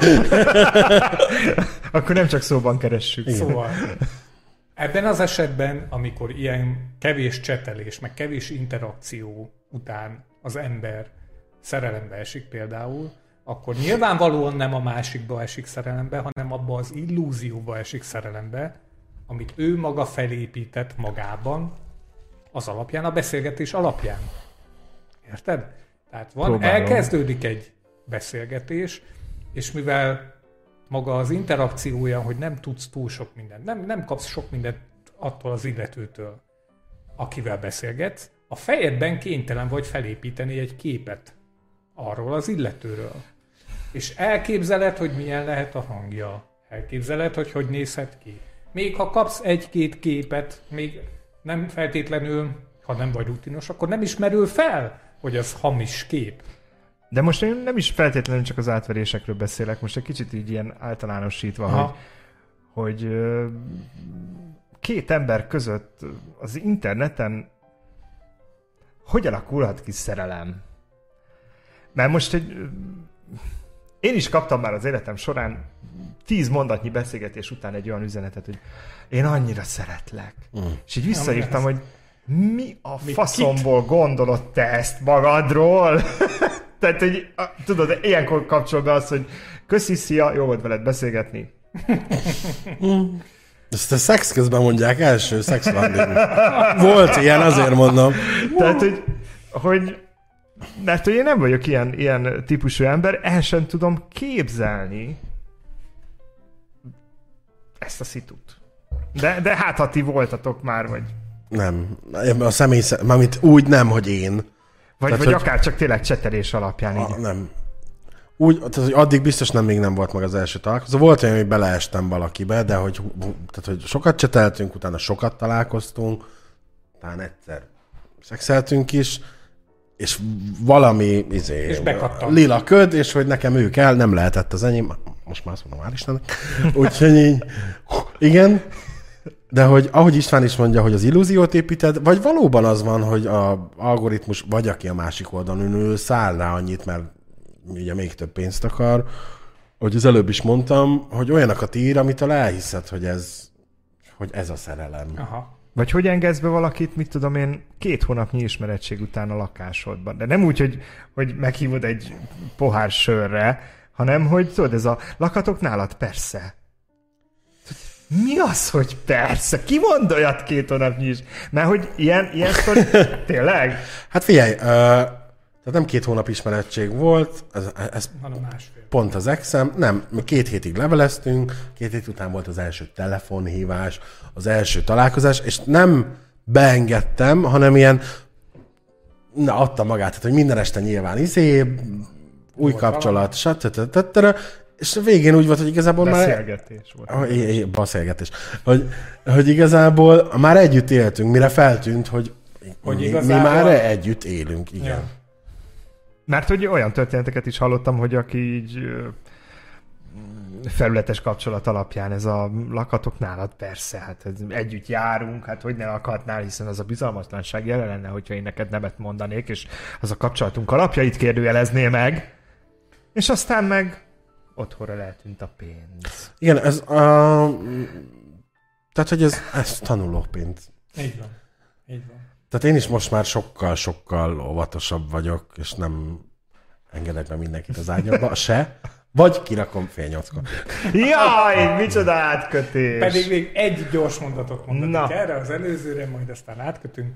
Akkor nem csak szóban keressük. Igen. Szóval ebben az esetben, amikor ilyen kevés csetelés, meg kevés interakció után az ember szerelembe esik például, akkor nyilvánvalóan nem a másikba esik szerelembe, hanem abba az illúzióba esik szerelembe, amit ő maga felépített magában, az alapján, a beszélgetés alapján. Érted? Tehát van, Próbálom. elkezdődik egy beszélgetés, és mivel maga az interakciója, hogy nem tudsz túl sok mindent, nem, nem kapsz sok mindent attól az illetőtől, akivel beszélgetsz, a fejedben kénytelen vagy felépíteni egy képet arról az illetőről. És elképzeled, hogy milyen lehet a hangja. Elképzeled, hogy hogy nézhet ki. Még ha kapsz egy-két képet, még nem feltétlenül, ha nem vagy rutinos, akkor nem is merül fel, hogy az hamis kép. De most én nem is feltétlenül csak az átverésekről beszélek, most egy kicsit így ilyen általánosítva, hogy, hogy két ember között az interneten hogy alakulhat ki szerelem? Mert most egy... Én is kaptam már az életem során tíz mondatnyi beszélgetés után egy olyan üzenetet, hogy én annyira szeretlek. Mm. És így visszaírtam, hogy mi a mi faszomból kit? Gondolod te ezt magadról? Tehát, hogy tudod, ilyenkor kapcsol be az, hogy köszi, szia, jó volt veled beszélgetni. Ezt a szex közben mondják, első szexlanding. Volt ilyen, azért mondom. Tehát, hogy, hogy mert hogy én nem vagyok ilyen, ilyen típusú ember, el sem tudom képzelni ezt a szitut. De, de hát, ha ti voltatok már, vagy... Nem. A személy, mármint úgy nem, hogy én. Vagy, tehát, vagy hogy... akár csak tényleg csetelés alapján. A, nem. Úgy, tehát, hogy addig biztos nem, még nem volt meg az első találkozó. Volt olyan, hogy beleestem valakibe, de hogy, tehát, hogy sokat cseteltünk, utána sokat találkoztunk, talán egyszer szexeltünk is, és valami izé, és lila köd, és hogy nekem ő kell, nem lehetett az enyém. Most már azt mondom, hál' Istennek. Úgyhogy így, igen. De hogy ahogy István is mondja, hogy az illúziót építed, vagy valóban az van, hogy az algoritmus, vagy aki a másik oldalon ül, száll rá annyit, mert ugye még több pénzt akar, hogy az előbb is mondtam, hogy olyanokat ír, amitől elhiszed, hogy ez, hogy ez a szerelem. Aha. Vagy hogy engedsz be valakit, mit tudom én, két hónapnyi ismerettség után a lakásodban. De nem úgy, hogy, hogy meghívod egy pohár sörre, hanem hogy tudod, ez a lakatok nálad, persze. Mi az, hogy persze? Ki mond olyat két hónapnyi is? Mert hogy ilyen, ilyen sztori... Tényleg? Hát figyelj, uh, tehát nem két hónap ismerettség volt, ez, ez pont az exem, nem, két hétig leveleztünk, két hét után volt az első telefonhívás, az első találkozás, és nem beengedtem, hanem ilyen, na, adta magát, tehát, hogy minden este nyilván izé, új kapcsolat, stb. És a végén úgy volt, hogy igazából beszélgetés már... Beszélgetés volt. Beszélgetés. Hogy, hogy igazából már együtt éltünk, mire feltűnt, hogy, hogy mi, igazából... mi már együtt élünk, igen. Ja. Mert hogy olyan történeteket is hallottam, hogy aki így felületes kapcsolat alapján ez a lakatok nálad, persze, hát együtt járunk, hát hogy ne lakhatnál, hiszen az a bizalmatlanság jelen lenne, hogyha én neked nemet mondanék, és az a kapcsolatunk alapjait kérdőjelezné meg, és aztán meg otthonra eltűnt a pénz. Igen, ez a... Tehát, hogy ez, ez tanuló pénz. Így van. Így van. Tehát én is most már sokkal-sokkal óvatosabb vagyok, és nem engedek be mindenkit az ágyamba, se. Vagy kirakom fél nyolckor. Jaj, micsoda átkötés! Pedig még egy gyors mondatot mondatik erre, az előzőre, majd aztán átkötünk.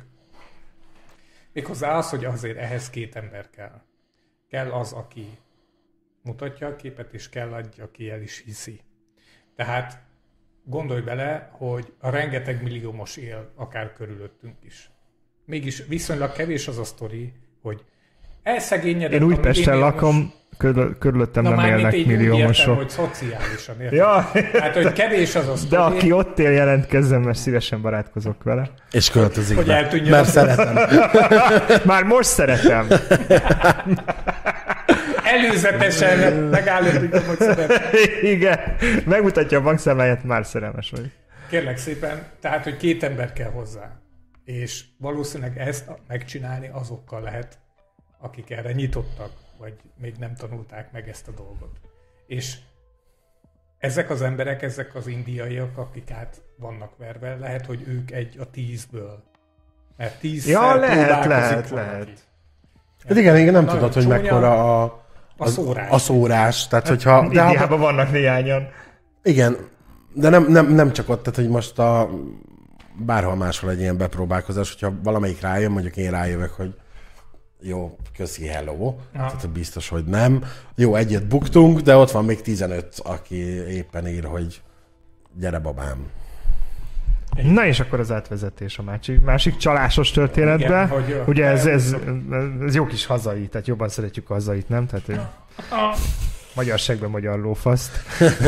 Méghozzá az, hogy azért ehhez két ember kell. Kell az, aki mutatja a képet, és kell adja, aki el is hiszi. Tehát gondolj bele, hogy a rengeteg milliómos él akár körülöttünk is. Mégis viszonylag kevés az a sztori, hogy elszegényedett... Én Újpesten lakom, körül, körülöttem na, nem élnek milliómosok. Na hogy szociálisan, értem? Ja. Hát, hogy kevés az a sztori. De aki ott él, jelentkezzen, mert szívesen barátkozok vele. És költözik hogy be, mert szeretem. Már most szeretem. Előzetesen megállapítom, hogy szeretem. Igen, megmutatja a bankszámláját, már szerelmes vagy. Kérlek szépen, tehát, hogy két ember kell hozzá. És valószínűleg ezt megcsinálni azokkal lehet, akik erre nyitottak, vagy még nem tanulták meg ezt a dolgot. És ezek az emberek, ezek az indiaiak, akik át vannak verve, lehet, hogy ők egy a tízből. Mert tízszer ja, lehet, lehet, valaki. lehet. Hát igen, igen, nem tudod, hogy mekkora a, a szórás. A szórás. Tehát, hogyha, Indiában vannak néhányan. Igen, de nem, nem, nem csak ott, tehát, hogy most a bárhol máshol egy ilyen bepróbálkozás, hogyha valamelyik rájön, mondjuk én rájövök, hogy jó, köszi, hello. Aha. Tehát biztos, hogy nem. Jó, egyet buktunk, de ott van még tizenöt, aki éppen ír, hogy gyere babám. Na és akkor az átvezetés a másik, másik csalásos történetbe. Igen, hogy ugye ez, ez, ez jó kis hazai, tehát jobban szeretjük a hazait, nem? Tehát magyar segbe, magyar lófaszt.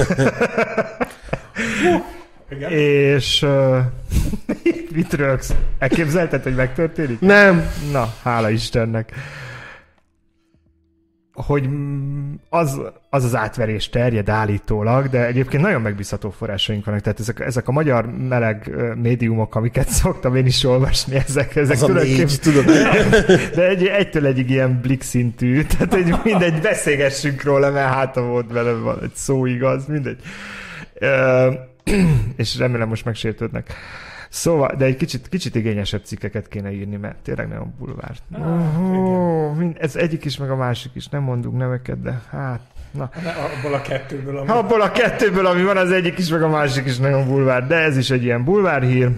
És uh, mit rögsz? Elképzelted, hogy megtörténik? Nem. Na, hála Istennek. Hogy az, az az átverés terjed állítólag, de egyébként nagyon megbízható forrásaink vannak. Tehát ezek, ezek a magyar meleg médiumok, amiket szoktam én is olvasni, ezek, ezek az a négy, tudod. De egy, egytől egyig ilyen blik szintű, tehát egy, mindegy, beszélgessünk róla, mert háta volt vele van egy szó igaz, mindegy. Uh, és remélem most megsértődnek. Szóval, de egy kicsit, kicsit igényesebb cikkeket kéne írni, mert tényleg nagyon bulvár. Ah, oh, ez egyik is, meg a másik is. Nem mondunk neveket, de hát... Na. Abból a kettőből, ami... Abból a kettőből, ami van, az egyik is, meg a másik is nagyon bulvár. De ez is egy ilyen bulvár hír,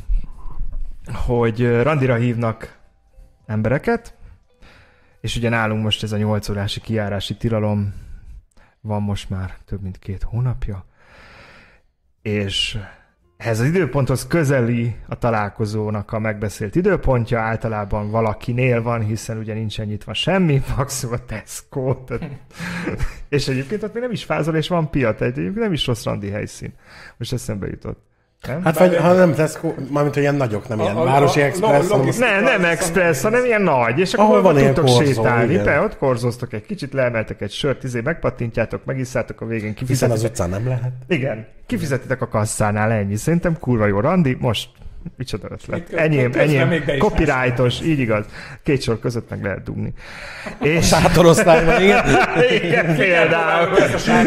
hogy randira hívnak embereket, és ugye nálunk most ez a nyolc órási kijárási tilalom van most már több mint két hónapja, és ehhez az időponthoz közeli a találkozónak a megbeszélt időpontja, általában valakinél van, hiszen ugye nincsen nyitva semmi, maximum a Tesco. És egyébként ott még nem is fázol, és van pia, tehát egyébként nem is rossz randi helyszín. Most eszembe jutott. Nem? Hát vagy, ha nem Tesco, mármint, hogy ilyen nagyok, nem a, ilyen a, városi a, express. A, nem, nem express, hanem ilyen nagy, és akkor van tudtok sétálni. Be, ott korzoztok egy kicsit, leemeltek egy sört, izé, megpattintjátok, megiszátok, a végén kifizetitek. Hiszen az utcán nem lehet. Igen, kifizetitek a kasszánál, ennyi. Szerintem kurva jó randi, most micsoda ötlet. Enyém, enyém, copyrightos, így igaz. Két sor között meg lehet dugni. És... A sátorosztályban, igen. Igen, például.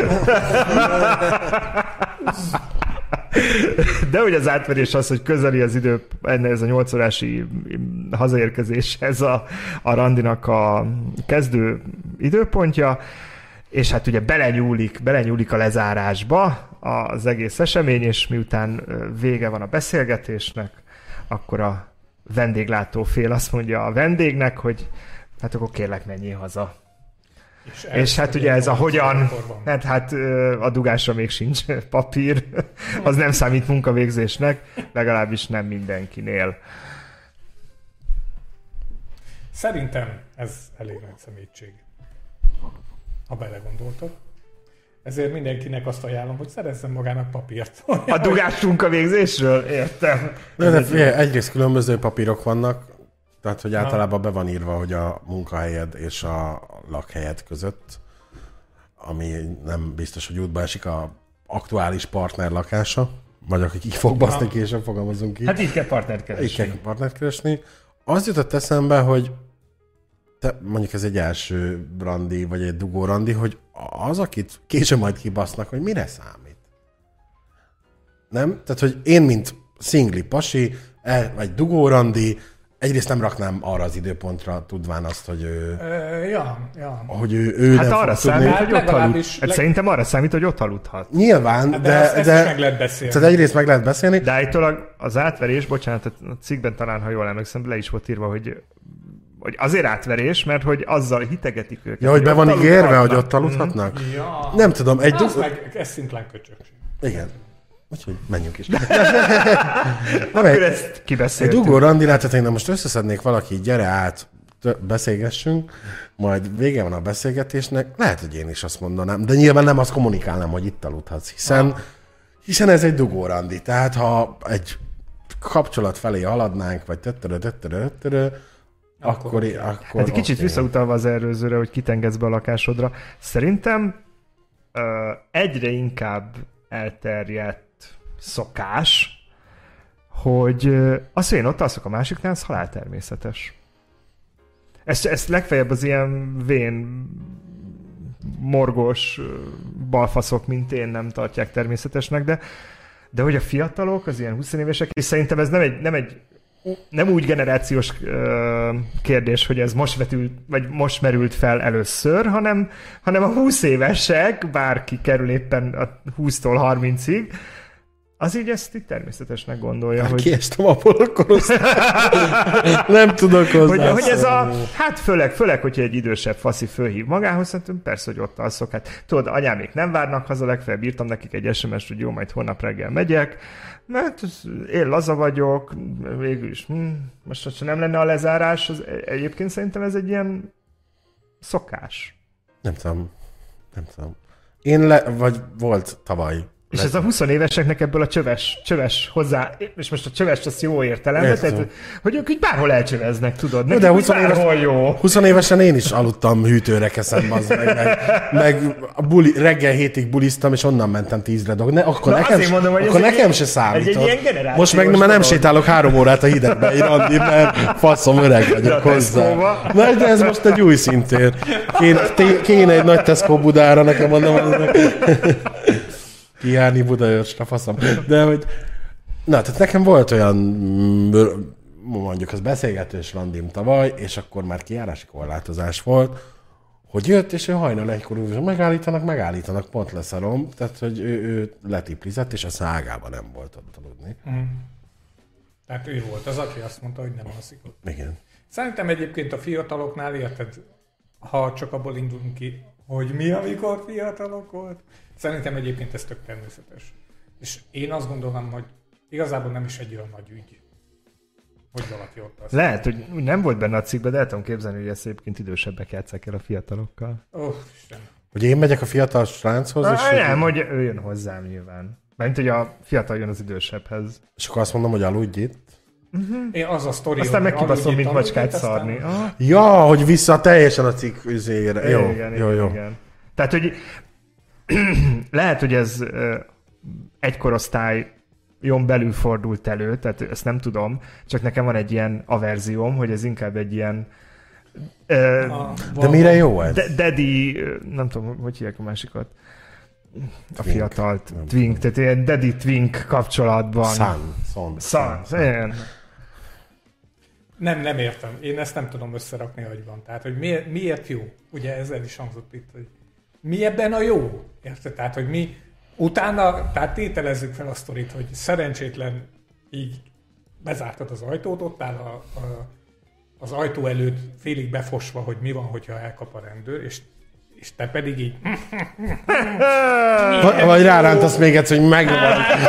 De ugye az átverés az, hogy közeli az idő, enne ez a nyolc órási hazaérkezés, ez a, a randinak a kezdő időpontja, és hát ugye belenyúlik, belenyúlik a lezárásba az egész esemény, és miután vége van a beszélgetésnek, akkor a vendéglátó fél azt mondja a vendégnek, hogy hát akkor kérlek menjél haza. És, és hát ugye ez a hogyan, hát, hát a dugásra még sincs papír, az nem számít munkavégzésnek, legalábbis nem mindenkinél. Szerintem ez elég nagy szemétség, ha belegondoltok. Ezért mindenkinek azt ajánlom, hogy szerezzen magának papírt. A dugás munkavégzésről? Értem. De, de figyelj, egyrészt különböző papírok vannak, tehát, hogy általában be van írva, hogy a munkahelyed és a lakhelyed között, ami nem biztos, hogy útba esik a aktuális partner lakása, vagy akik így fog baszni később, fogalmazunk ki. Hát így kell partnert keresni. Így kell partnert keresni. Az jutott eszembe, hogy te, mondjuk ez egy első randi, vagy egy dugó randi, hogy az, akit később majd kibasznak, hogy mire számít. Nem? Tehát, hogy én, mint szingli pasi, vagy dugó randi, egyrészt nem raknám arra az időpontra, tudván azt, hogy ő... Ö, ja, ja. Hogy ő, ő hát arra számít, hogy ott alud. Hát leg... Szerintem arra számít, hogy ott aludhat. Nyilván, hát de... de, ezt, de ezt meg lehet beszélni. Tehát egyrészt meg lehet beszélni. De állítólag az átverés, bocsánat, a cikkben talán, ha jól emlékszem, le is volt írva, hogy, hogy azért átverés, mert hogy azzal hitegetik őket. Ja, hogy, hogy be van ígérve, hogy ott aludhatnak? Mm. Ja. Nem tudom, egy... Az meg, ez szintén köcsökség. Igen. Úgyhogy menjünk is. Akkor ezt kibeszéltünk. Egy dugó randinál, tehát én most összeszednék valaki, gyere át, beszélgessünk, majd vége van a beszélgetésnek, lehet, hogy én is azt mondanám, de nyilván nem azt kommunikálnám, hogy itt aludhatsz, hiszen, hiszen ez egy dugó randi. Tehát ha egy kapcsolat felé haladnánk, vagy töttörö, töttörö, töttörö, akkor... akkor hát egy kicsit okay. Visszautalva az előzőre, hogy kitengedsz be a lakásodra, szerintem uh, egyre inkább elterjedt szokás, hogy az, hogy én ott alszok a másiknál, az haláltermészetes. Ezt, ezt legfeljebb az ilyen vén morgós balfaszok, mint én nem tartják természetesnek, de, de hogy a fiatalok, az ilyen húsz évesek, és szerintem ez nem egy, nem egy nem úgy generációs uh, kérdés, hogy ez most vetült, vagy most merült fel először, hanem, hanem a húsz évesek, bárki kerül éppen a húsztól harmincig, az így ezt így természetesnek gondolja, hát hogy... Kiestem abból a korosztályból. Nem tudok hozzá. Hogy, hogy ez a... Hát főleg, főleg, hogyha egy idősebb faszi fölhív magához, hát persze, hogy ott alszok. Hát tudod, anyámék nem várnak haza, legfeljebb írtam nekik egy es em es-t, hogy jó, majd holnap reggel megyek, Mert én laza vagyok, végül is. Hm, most, ha nem lenne a lezárás, az egyébként szerintem ez egy ilyen szokás. Nem tudom. Nem tudom. Én le, vagy volt tavaly. És ez a húsz éveseknek ebből a csöves, csöves hozzá, és most a csöves az jó értelemben, tehát, hogy ők így bárhol elcsöveznek, tudod, nekik de húsz éves, jó. húsz évesen én is aludtam hűtőre keszem, az meg, meg, meg a buli, reggel hétig buliztam, és onnan mentem tízre dolg. Ne, akkor Na, nekem, mondom, hogy akkor nekem egy, se számított. Egy, egy most meg már nem sétálok három órát a hidegbe, én Andi, mert faszom öreg vagyok hozzá. Na, de ez most egy új szintér. Kéne, kéne egy nagy Tesco Budára, nekem mondom. Kijárni Budaörsre, faszom. De hogy... Na, tehát nekem volt olyan, mondjuk az beszélgetős randim tavaly, és akkor már kijárási korlátozás volt, hogy jött, és ő hajnal egykor úgy, megállítanak, megállítanak, pont leszarom. Tehát, hogy ő, ő letiplizett, és a szágában nem volt ott aludni. Mm. Tehát ő volt az, aki azt mondta, hogy nem alszik ott. Igen. Szerintem egyébként a fiataloknál, érted, ha csak abból indulunk ki, hogy mi, amikor fiatalok volt, szerintem egyébként ez tök természetes. És én azt gondolom, hogy igazából nem is egy olyan nagy ügy, hogy valaki ott az. Lehet, hogy nem volt benne a cikkben, de el tudom képzelni, hogy ezt egyébként idősebbek játsszák el a fiatalokkal. Ó, oh, Isten. Hogy én megyek a fiatal sráchoz, Na, és... Nem, hogy ő jön hozzám nyilván. Mert hogy a fiatal jön az idősebbhez. És akkor azt mondom, hogy aludj itt. Uh-huh. Én az a sztori, aztán megkibaszom, mint aludj, macskát aztán... szarni. Ah. Ja, hogy vissza teljesen a cikk üzére. Jó, igen, jó, jó. Igen. Tehát, hogy lehet, hogy ez uh, egy korosztályon belül fordult elő, tehát ezt nem tudom, csak nekem van egy ilyen averzióm, hogy ez inkább egy ilyen uh, ah, de mire jó ez? De, daddy, nem tudom, hogy hívják a másikat? A twink. Fiatal twink, tehát ilyen daddy twink kapcsolatban. Son, son. Son, son. Nem, nem értem. Én ezt nem tudom összerakni agyban. Tehát, hogy miért, miért jó? Ugye ezzel is hangzott itt, hogy mi ebben a jó? Érted? Tehát, hogy mi utána, tehát tételezzük fel a sztorit, hogy szerencsétlen így bezártad az ajtót, ott áll a, a, az ajtó előtt félig befosva, hogy mi van, hogyha elkap a rendőr, és, és te pedig így... V- vagy rárántasz még egyszer, hogy megvan.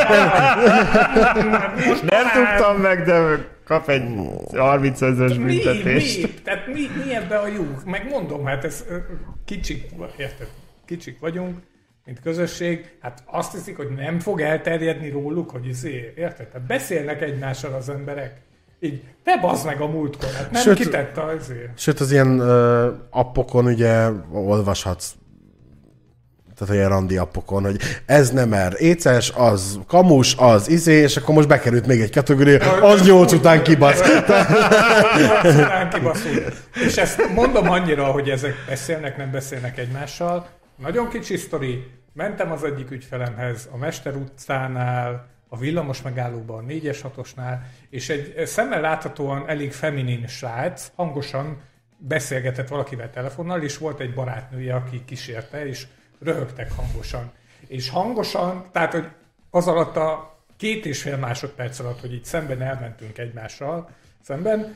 Nem tudtam meg, de kap egy harmincezres mi, büntetést. Mi? Tehát mi, mi ebben a jó? Megmondom, hát ez kicsik, érted? Kicsik vagyunk, mint közösség, hát azt hiszik, hogy nem fog elterjedni róluk, hogy izé, érted? Tehát beszélnek egymással az emberek. Így, te bazd meg a múltkor, hát nem sőt, kitette azért. Sőt, az ilyen uh, appokon ugye olvashatsz, tehát ilyen randi appokon, hogy ez nem er, éces, az kamus, az izé, és akkor most bekerült még egy kategória, az nyolc után kibasz. nyolc után kibaszul. És ezt mondom annyira, hogy ezek beszélnek, nem beszélnek egymással. Nagyon kicsi sztori, mentem az egyik ügyfelemhez, a Mester utcánál, a villamos megállóban, a négyes hatosnál, és egy szemmel láthatóan elég feminin srác hangosan beszélgetett valakivel telefonnal, és volt egy barátnője, aki kísérte, és röhögtek hangosan. És hangosan, tehát hogy az alatt a két és fél másodperc alatt, hogy így szemben elmentünk egymással, szemben,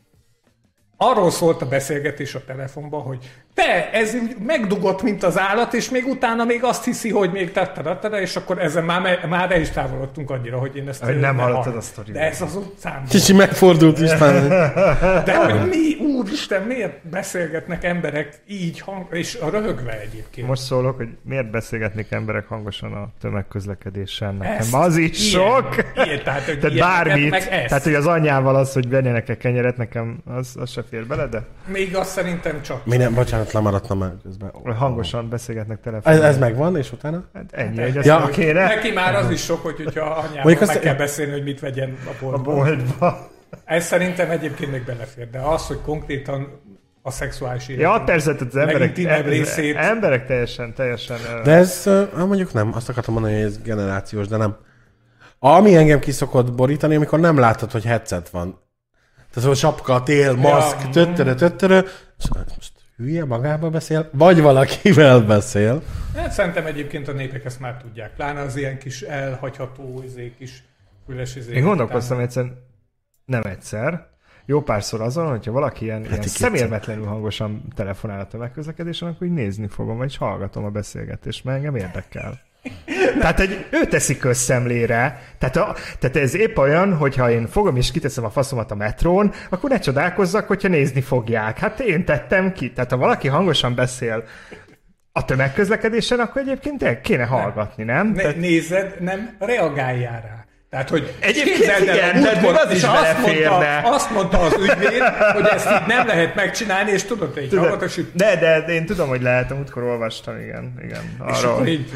arról szólt a beszélgetés a telefonban, hogy te, ez megdugott, mint az állat, és még utána még azt hiszi, hogy még tetted, és akkor ezen már, már el is távolodtunk annyira, hogy én ezt... Hogy nem hallottad a sztorit. De ez az utcán. Kicsi megfordult István. De hogy mi, úristen, miért beszélgetnek emberek így, hang, és a röhögve egyébként. Most szólok, hogy miért beszélgetnék emberek hangosan a tömegközlekedésen. Nekem Ezt, az is ilyen, sok. Ilyen, tehát, hogy tehát bármit. meg ezt. Tehát, hogy az anyjával az, hogy vennének-e kenyeret, nekem az, az se fér bele, de... Még azt szerintem csak. Mi nem, bocsánat, lemaradtam már közben. Hangosan beszélgetnek telefonon. Ez, ez megvan, és utána? Hát ennyi, hogy azt ja. kéne. Neki már az is sok, hogy, hogyha anyával meg azt kell beszélni, hogy mit vegyen a boltba. A boltba. Ez szerintem egyébként még belefér, de az, hogy konkrétan a szexuális élet. Ja, persze, az emberek, ez, részét... emberek teljesen, teljesen... De ez, uh, mondjuk nem, azt akartam mondani, hogy ez generációs, de nem. Ami engem ki szokott borítani, amikor nem látod, hogy headset van. Tehát, hogy sapka, tél, maszk, ja. töttörö, töttörö, és most hülye magába beszél, vagy valakivel beszél. Hát szerintem egyébként a népek ezt már tudják. Pláne az ilyen kis elhagyható izé, kis füles izé. Én gondolkoztam egyszer, nem egyszer, jó párszor azon, hogyha valaki ilyen, ilyen szemérmetlenül hangosan telefonál a tömegközlekedésen, akkor így nézni fogom, vagy hallgatom a beszélgetést, mert engem érdekel. Tehát, hogy ő teszi közszemlére. Tehát, a, tehát ez épp olyan, hogyha én fogom és kiteszem a faszomat a metrón, akkor ne csodálkozzak, hogyha nézni fogják. Hát én tettem ki. Tehát ha valaki hangosan beszél a tömegközlekedésen, akkor egyébként kéne hallgatni, nem? Ne, Tehát... Nézed, nem reagáljál rá. Tehát, hogy Egyébként igen, de útkor, az is azt mondta, beleférne. azt mondta az ügyvéd, hogy ezt így nem lehet megcsinálni, és tudod, te így hallgatod, hogy... De, de, de én tudom, hogy lehet, múltkor olvastam, igen. igen arról. És akkor így...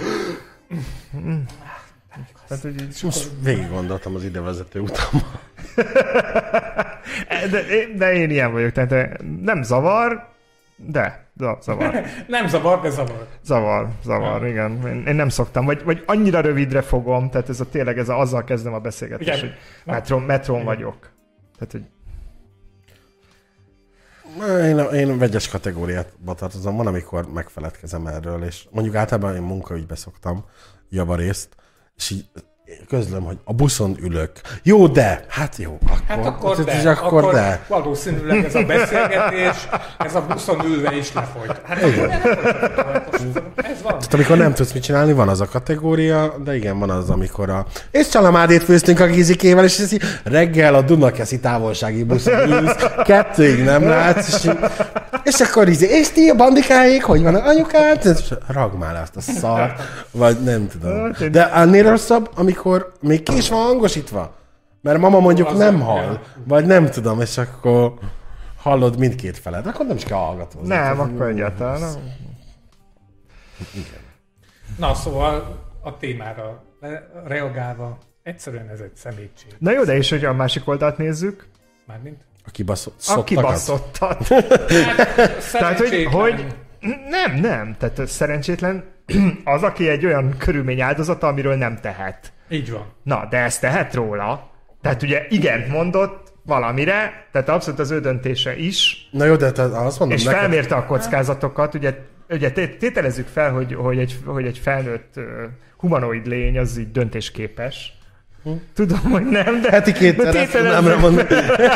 Tehát, hogy így... Most végig gondoltam az idevezető utammal. de, de én ilyen vagyok, tehát nem zavar, de zavar. Nem zavar, de zavar. Zavar, zavar, ja. igen. Én, én nem szoktam, vagy, vagy annyira rövidre fogom, tehát ez a tényleg, ez a, azzal kezdem a beszélgetést, igen. hogy metrón, metrón vagyok. Tehát, hogy... Én, én vegyes kategóriába tartozom, van, amikor megfeledkezem erről, és mondjuk általában én munkaügybe szoktam javarészt, és így közlöm, hogy a buszon ülök. Jó, de! Hát jó, akkor, hát akkor, hát, de, akkor, akkor de. Valószínűleg ez a beszélgetés, ez a buszon ülve is lefolyt. Hát igen. Ez van. Tehát amikor nem tudsz mit csinálni, van az a kategória, de igen, van az, amikor a... És csalamádét főztünk a Gizikével, és ez így reggel a Dunakeszi távolsági buszon ülsz, kettőig nem látsz, és, és akkor így, és ti a bandikáik, hogy van anyukát? Ragd már azt a szart, vagy nem tudom. De ennél rosszabb, amikor még ki is van hangosítva. Mert mama mondjuk az nem hall, ja. vagy nem tudom, és akkor hallod mindkét felet. Akkor nem is kell hallgatni. Nem, akkor egyáltalán nem. Igen. Na, szóval a témára reagálva, egyszerűen ez egy szemétség. Na jó, de és hogyha a másik oldalt nézzük? Mármint? A kibaszott. A kibaszottat. Hát, tehát, hogy, hogy nem, nem. Tehát szerencsétlen az, aki egy olyan körülmény áldozata, amiről nem tehet. Így van. Na, de ezt tehet róla. Tehát ugye igent mondott valamire, tehát abszolút az ő döntése is. Na jó, de te azt mondom és neked... felmérte a kockázatokat. Ugye, ugye tételezzük fel, hogy, hogy, egy, hogy egy felnőtt uh, humanoid lény az így döntésképes. Hm? Tudom, hogy nem, de... Heti kétszer ezt nem mondani.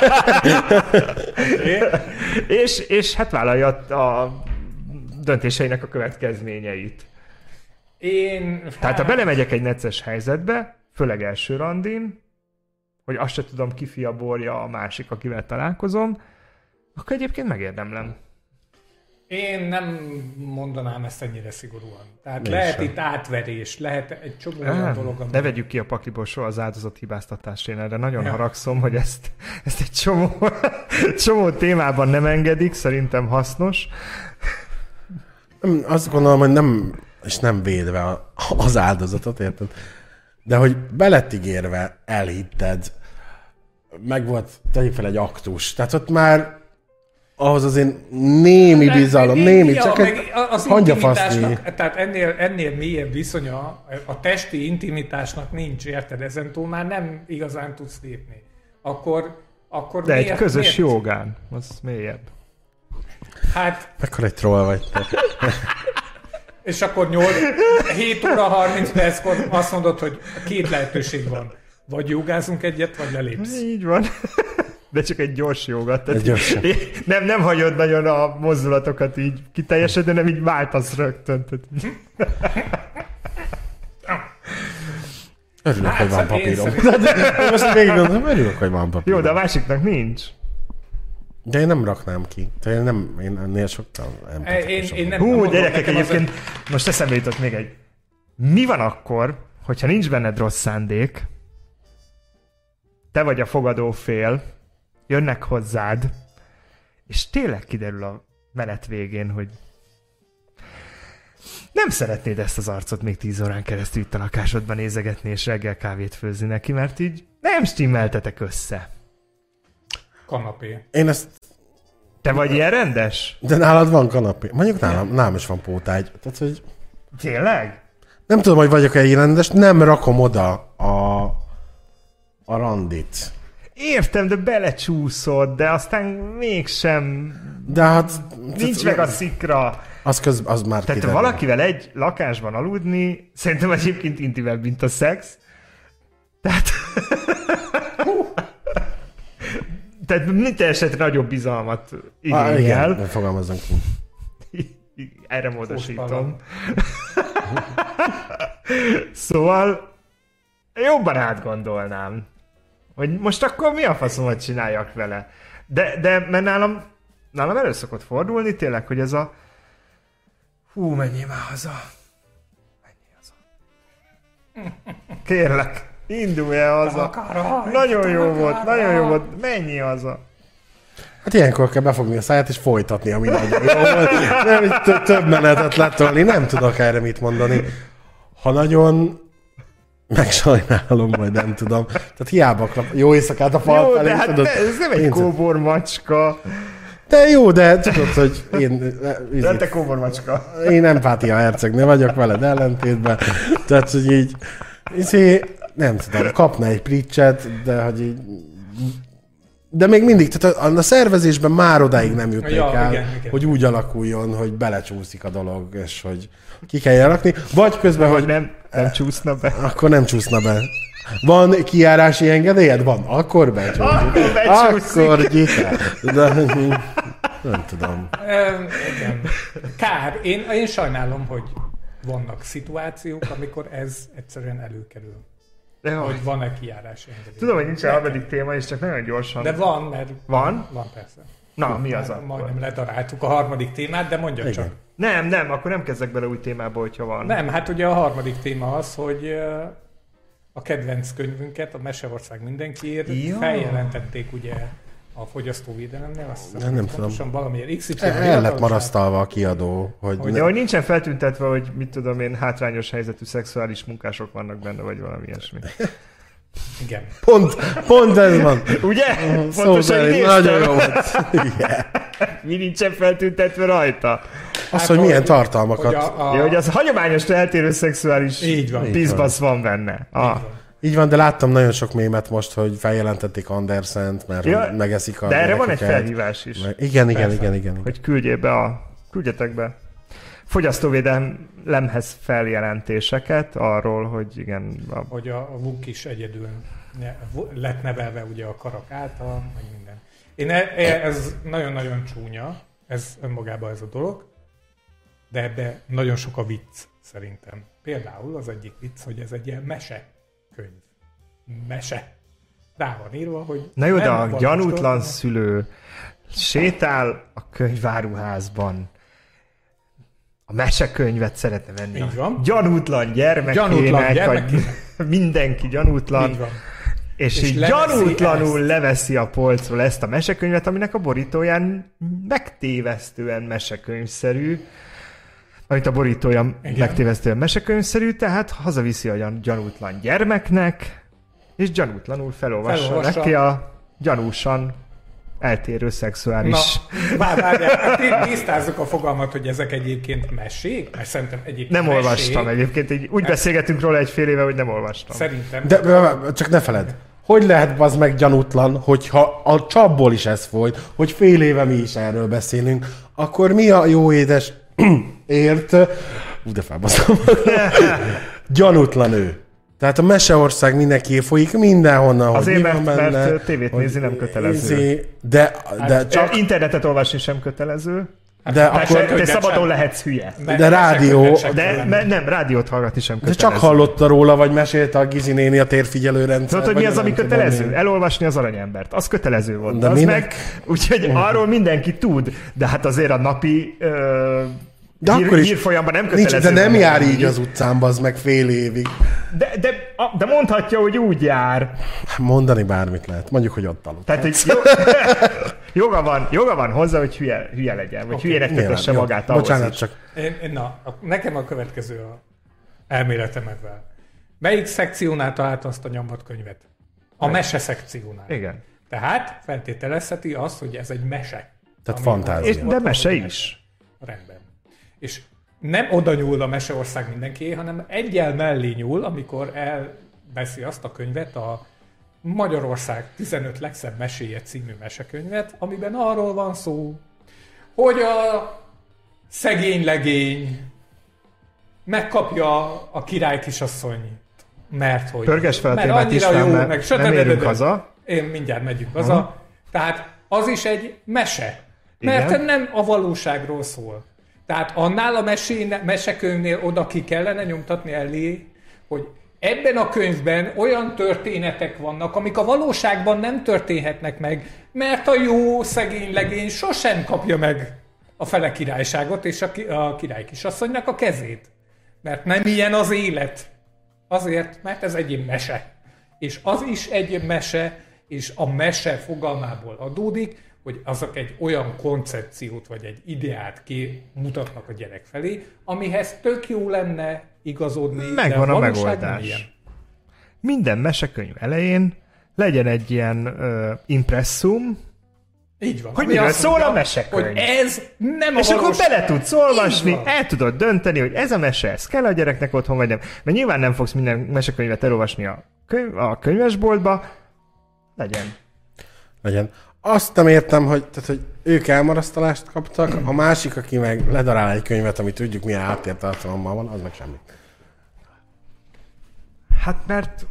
és, és hát vállalja a döntéseinek a következményeit. Én... Tehát ha belemegyek egy necces helyzetbe, főleg első randin, hogy azt se tudom, ki fia borja a másik, akivel találkozom, akkor egyébként megérdemlem. Én nem mondanám ezt ennyire szigorúan. Tehát Én lehet sem. itt átverés, lehet egy csomó olyan dolog, ami... Ne vegyük ki a pakliból soha az áldozat hibáztatást, én erre nagyon ja. haragszom, hogy ezt, ezt egy csomó, csomó témában nem engedik, szerintem hasznos. Azt gondolom, hogy nem, és nem védve az áldozatot, érted? De hogy be lett ígérve, elhitted, meg volt, tegyük fel egy aktus. Tehát ott már ahhoz azért némi de, bizalom, én, némi, ja, csak egy hangyafaszni. Tehát ennél, ennél mélyebb viszonya a testi intimitásnak nincs, érted? Ezentúl már nem igazán tudsz lépni. Akkor, akkor de miért, egy közös miért? jogán, az mélyebb. Hát... Akkor egy troll vagy te. És akkor nyolc, hét óra harminc perckor azt mondod, hogy két lehetőség van. Vagy jogázunk egyet, vagy lelépsz. Így van. De csak egy gyors jogat. Egy gyors. Nem, nem hagyod nagyon a mozdulatokat így kiteljesedni, hanem így váltasz rögtön. Örülök, hát, hogy van papírom. Szerint... Most végig gondolom, örülök, hogy van papírom. Jó, de a másiknak nincs. De én nem raknám ki. Tehát én nem, én ennél sokkal empatikusabb. Én, én nem Hú, mondom, gyerekek, egyébként az... most eszembe jutott még egy. Mi van akkor, hogyha nincs benned rossz szándék, te vagy a fogadó fél, jönnek hozzád, és tényleg kiderül a menet végén, hogy nem szeretnéd ezt az arcot még tíz órán keresztül itt a lakásodban nézegetni, és reggel kávét főzni neki, mert így nem stimmeltetek össze. Kanapé. Én ezt... Te vagy ilyen rendes? De nálad van kanapé. Mondjuk nálam, nálam is van pótágy. Tehát, hogy... Tényleg? Nem tudom, hogy vagyok-e ilyen rendes, nem rakom oda a, a randit. Értem, de belecsúszod, de aztán mégsem... De hát... Nincs meg a szikra. Az, köz, az már Tehát kiderül. valakivel egy lakásban aludni, szerintem egyébként intimebb, mint a szex. Tehát... Tehát minden esetre nagyobb bizalmat igényel. Ah, igen, fogalmazzunk ki. Erre módosítom. Szóval jobban átgondolnám, hogy most akkor mi a faszomat csináljak vele. De, de mert nálam, nálam elő szokott fordulni tényleg, hogy ez a hú, menjél már haza. Menjél haza. Kérlek, indulj el haza. Nagyon jó volt, nagyon jó volt. Menjél haza. Hát ilyenkor kell befogni a száját és folytatni, ami nagyon jó volt. Nem, t- több menetet letolni, nem tudok erre mit mondani. Ha nagyon megsajnálom, vagy nem tudom. Tehát hiába klap. Jó éjszakát a fal Jó, felé. de hát tudod, ne, ez nem egy kóbor macska. De jó, de tudod, hogy én... De te kóbor macska. Én empátia hercegnő vagyok veled ellentétben. Tehát, hogy így... így nem tudom, kapna egy pricset, de hogy így... De még mindig, tehát a, a szervezésben már odáig nem jutnék ja, el, igen, igen. hogy úgy alakuljon, hogy belecsúszik a dolog, és hogy ki kell rakni, vagy közben, hogy nem, nem csúszna be. Akkor nem csúszna be. Van kijárási engedélyed? Van. Akkor becsúszik. Akkor becsúszik. Akkor gyike. De nem tudom. Um, igen. Kár. Én, én sajnálom, hogy vannak szituációk, amikor ez egyszerűen előkerül. De hogy van-e kijárási engedély. Tudom, hogy nincs a harmadik téma, és csak nagyon gyorsan. De van, mert... Van? Van, persze. Na, mi az akkor? akkor? Majdnem ledaráltuk a harmadik témát, de mondja Igen. csak. Nem, nem, akkor nem kezdek bele új témába, hogyha van. Nem, hát ugye a harmadik téma az, hogy a kedvenc könyvünket, a Meseország mindenkiért Ja. feljelentették ugye a fogyasztóvédelemnél, azt hiszem, Nem, nem pontosan valamiért iksz El, el lett marasztalva a kiadó, hogy... Hogy- De hogy nincsen feltüntetve, hogy mit tudom én, hátrányos helyzetű szexuális munkások vannak benne, vagy valami ilyesmi. Igen. Pont, pont ez van. Ugye? Szóval Pontosan idéztem. nagyon jó volt. Igen. Mi nincsen feltüntetve rajta? Az, hogy milyen tartalmakat... Hogy a, a, Ja, hogy az hagyományos eltérő szexuális Így van. bizbasz van benne. Ah. Így van, de láttam nagyon sok mémet most, hogy feljelentették Andersent, mert Ja, hogy megeszik a De erre van egy gyerekeket. felhívás is, Meg- Igen, igen, Persze. igen, igen, igen. hogy küldjél be a... Küldjetek be fogyasztóvédelemhez feljelentéseket arról, hogy igen... A... hogy a Vuk is egyedül ne- lett nevelve ugye a karak által, meg minden. Én e, e, ez nagyon-nagyon csúnya, ez önmagában ez a dolog, de ebbe nagyon sok a vicc szerintem. Például az egyik vicc, hogy ez egy ilyen mese könyv. Mese. Rá van írva, hogy... Na jó, de nem a valós gyanútlan dolog. szülő sétál a könyváruházban. A mesekönyvet szeretne venni. Így van. Gyanútlan gyermekének. Gyanútlan a- gyermekének. Mindenki gyanútlan. Így van. És, És így leveszi gyanútlanul ezt. leveszi a polcról ezt a mesekönyvet, aminek a borítóján megtévesztően mesekönyvszerű. Amit a borítója Igen. megtévesztően mesekönyvszerű, tehát hazaviszi a gyan- gyanútlan gyermeknek, és gyanútlanul felolvassa Felolvassa. neki a gyanúsan eltérő szexuális... Na, vár, várjál, hát tí- tisztázzuk a fogalmat, hogy ezek egyébként mesék, mert szerintem egyébként Nem mesék. olvastam egyébként, így úgy beszélgetünk róla egy fél éve, hogy nem olvastam. Szerintem. De, de csak ne feled. Hogy lehet az meg gyanútlan, hogyha a csapból is ez folyt, hogy fél éve mi is erről beszélünk, akkor mi a jó édes ért? Ú, de felbaszom. Gyanútlan ő. Tehát a Meseország mindenki folyik mindenhonnan, Azért, hogy mi van mert, benne. mert tévét hogy nézni nem kötelező. izé- De, de Hát, csak... Internetet olvasni sem kötelező. De Hát, akkor... Te, te hogy szabadon sem. lehetsz hülye. Me- de rádió- mesekönyvek sem De kellene. me, nem, rádiót hallgatni sem De kötelező. csak hallotta róla, vagy mesélte a Gizi néni a térfigyelő rendszer. Tudod, hogy mi vagy az, nem ami tudom kötelező? én. Elolvasni az aranyembert. Az kötelező volt. De az minek? meg, úgyhogy arról mindenki tud. De hát azért a napi ö, De hír, akkor is hírfolyamban nem Nincs, kötelező. de nem benne jár lenni. így az utcán, az meg fél évig. De, de, a- de mondhatja, hogy úgy jár. Mondani bármit lehet. Mondjuk, hogy ott aludt. Tehát, hogy jó, joga, van, joga van hozzá, hogy hülye, hülye legyen, vagy okay, hülyének tetesse Jó, magát ahhoz Bocsánat, is. csak Én, én, na, a, nekem a következő a elméletemedvel. Melyik szekciónál találta azt a nyomott könyvet? A mese szekciónál. Igen. Tehát feltételezheti azt, hogy ez egy mese. Tehát Ami fantázia. volt, És, volt de mese valami is. Rendben. És nem oda nyúl a Meseország mindenkié, hanem egyel mellé nyúl, amikor elveszi azt a könyvet, a Magyarország tizenöt legszebb meséje című mesekönyvet, amiben arról van szó, hogy a szegény legény megkapja a király kisasszony, mert hogy... Pörges fel a mert témát annyira István, jó, mert meg nem stb. érünk haza. Én mindjárt megyünk haza. Uh-huh. Tehát az is egy mese. Mert Igen. nem a valóságról szól. Tehát annál a mesén, mesekönyvnél oda ki kellene nyomtatni elé, hogy ebben a könyvben olyan történetek vannak, amik a valóságban nem történhetnek meg, mert a jó szegény legény sosem kapja meg a fele királyságot és a, ki, a király kisasszonynak a kezét. Mert nem ilyen az élet. Azért, mert ez egy mese. És az is egy mese, és a mese fogalmából adódik, hogy azok egy olyan koncepciót, vagy egy ideát mutatnak a gyerek felé, amihez tök jó lenne igazodni, megvan de a, a megoldás. Minden mesekönyv elején legyen egy ilyen uh, impresszum, így van. hogy miről szól mondja, a mesekönyv. Hogy ez nem a és valós... akkor bele tudsz olvasni, el tudod dönteni, hogy ez a mese, ez kell a gyereknek otthon, vagy nem. Mert nyilván nem fogsz minden mesekönyvet elolvasni a, könyv, a könyvesboltba. Legyen. Legyen. Azt nem értem, hogy, tehát, hogy ők elmarasztalást kaptak, a másik, aki meg ledarál egy könyvet, ami tudjuk milyen háttértartalommal van, az meg semmit. Hát mert...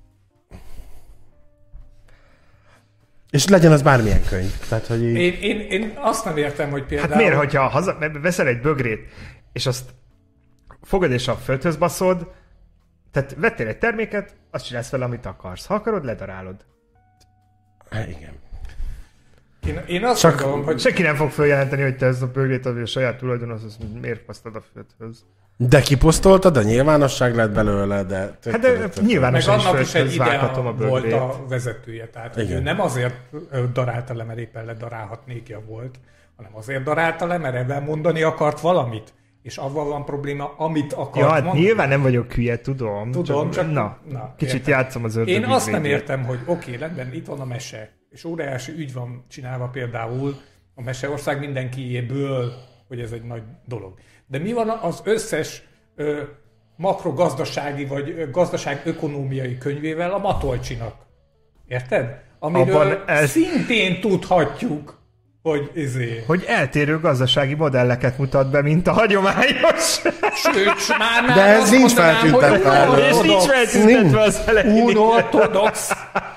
És legyen az bármilyen könyv. Tehát, hogy így... én, én, én azt nem értem, hogy például... Hát miért, hogyha haza, veszel egy bögrét, és azt fogod és a földhöz baszod, tehát vettél egy terméket, azt csinálsz vele, amit akarsz. Ha akarod, ledarálod. Hát igen. Én, én azt Csak gondolom, hogy... senki nem fog feljelenteni, hogy te ezt a bögrét adod a saját tulajdonos, azt miért basztad a földhöz. De kiposztoltad, a nyilvánosság lett belőle, de... Hát de nyilvánosan meg annak is is egy vághatom a idea volt bögrét. a vezetője, tehát hogy ő nem azért darálta le, mert éppen ledarálhatnékja volt, hanem azért darálta le, mert ebben mondani akart valamit. És avval van probléma, amit akart ja, hát mondani. nyilván nem vagyok hülye, tudom. Tudom, csak... csak na, na, kicsit értem. játszom az ördög. Én azt nem értem, hogy oké, okay, rendben, itt van a mese, és óriási ügy van csinálva például a Meseország mindenkiéből, hogy ez egy nagy dolog. De mi van az összes ö, makrogazdasági vagy gazdaság-ökonómiai könyvével a Matolcsinak? Érted? Amiről ez... szintén tudhatjuk, hogy izé... Hogy eltérő gazdasági modelleket mutat be, mint a hagyományos. Sőt, már, már de ez nincs feltüntetve. És nincs feltüntetve az elején. Unortodox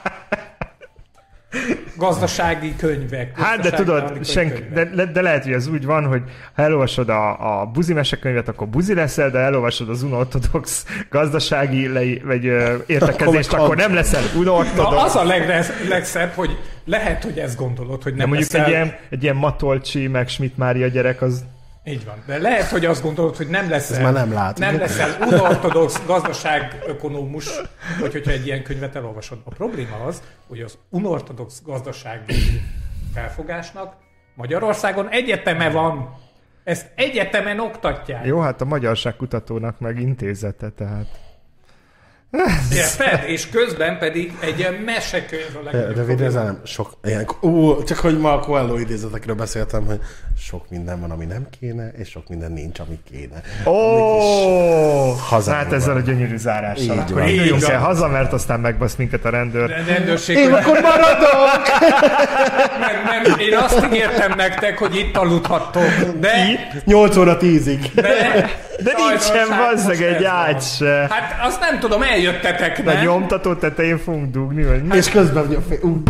gazdasági könyvek. Hát de tudod, senki, de, de lehet, hogy ez úgy van, hogy ha elolvasod a, a buzi mesekönyvet, akkor buzi leszel, de elolvasod az unortodox gazdasági lei, vagy ö, értekezést, akkor, akkor nem leszel unortodox. Na az a legszebb, hogy lehet, hogy ezt gondolod, hogy nem de mondjuk leszel... egy ilyen, egy ilyen Matolcsi, meg Schmidt Mária gyerek, az... Így van. De lehet, hogy azt gondolod, hogy nem leszel, már nem lát. nem leszel unortodox gazdaságökonómus, vagy hogyha egy ilyen könyvet elolvasod. A probléma az, hogy az unortodox gazdasági felfogásnak Magyarországon egyeteme van. Ezt egyetemen oktatják. Jó, hát a Magyarságkutatónak meg intézete, tehát... Érted? És közben pedig egy ilyen mesekönyv a legnagyobb de probléma. de nem sok ilyen, ú, csak hogy ma a Coelho idézetekről beszéltem, hogy sok minden van, ami nem kéne, és sok minden nincs, ami kéne. Ó, oh, hát ezzel van. a gyönyörű zárással. Így Akkor van. induljunk el haza, mert aztán megbasz minket a rendőr. De rendőrség, Én hogy akkor maradok! nem, nem, én azt ígértem nektek, hogy itt aludhattok, de... nyolc óra tízig. De, de nincsen bazzeg egy ágy se. Hát azt nem tudom, eljöttetek, De nem? nyomtató tetején fogunk dugni, vagy mi? És közben ugye a fél... Uh.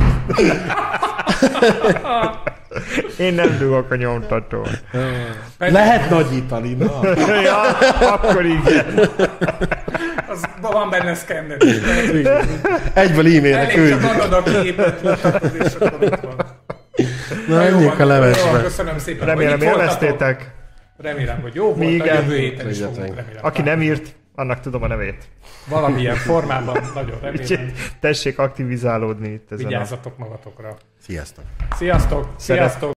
Én nem dugok a nyomtatón. Lehet nagyítani, na. Ja, akkor igen. Az van benne szkenner. Egyből e-mailre Elég küldjük. csak adod a képet, és akkor itt van. Na, menjünk a levesbe. Köszönöm szépen, Remélem hogy itt voltatok. élveztétek. Remélem, hogy jó volt. Mi A igen. jövő héten is Legyetek. fogunk, remélem. Aki nem írt, annak tudom a nevét. Valamilyen formában, nagyon remélem. Úgyhogy tessék aktivizálódni itt ezen a... Vigyázzatok magatokra. Sziasztok. Sziasztok! Szeret- Sziasztok!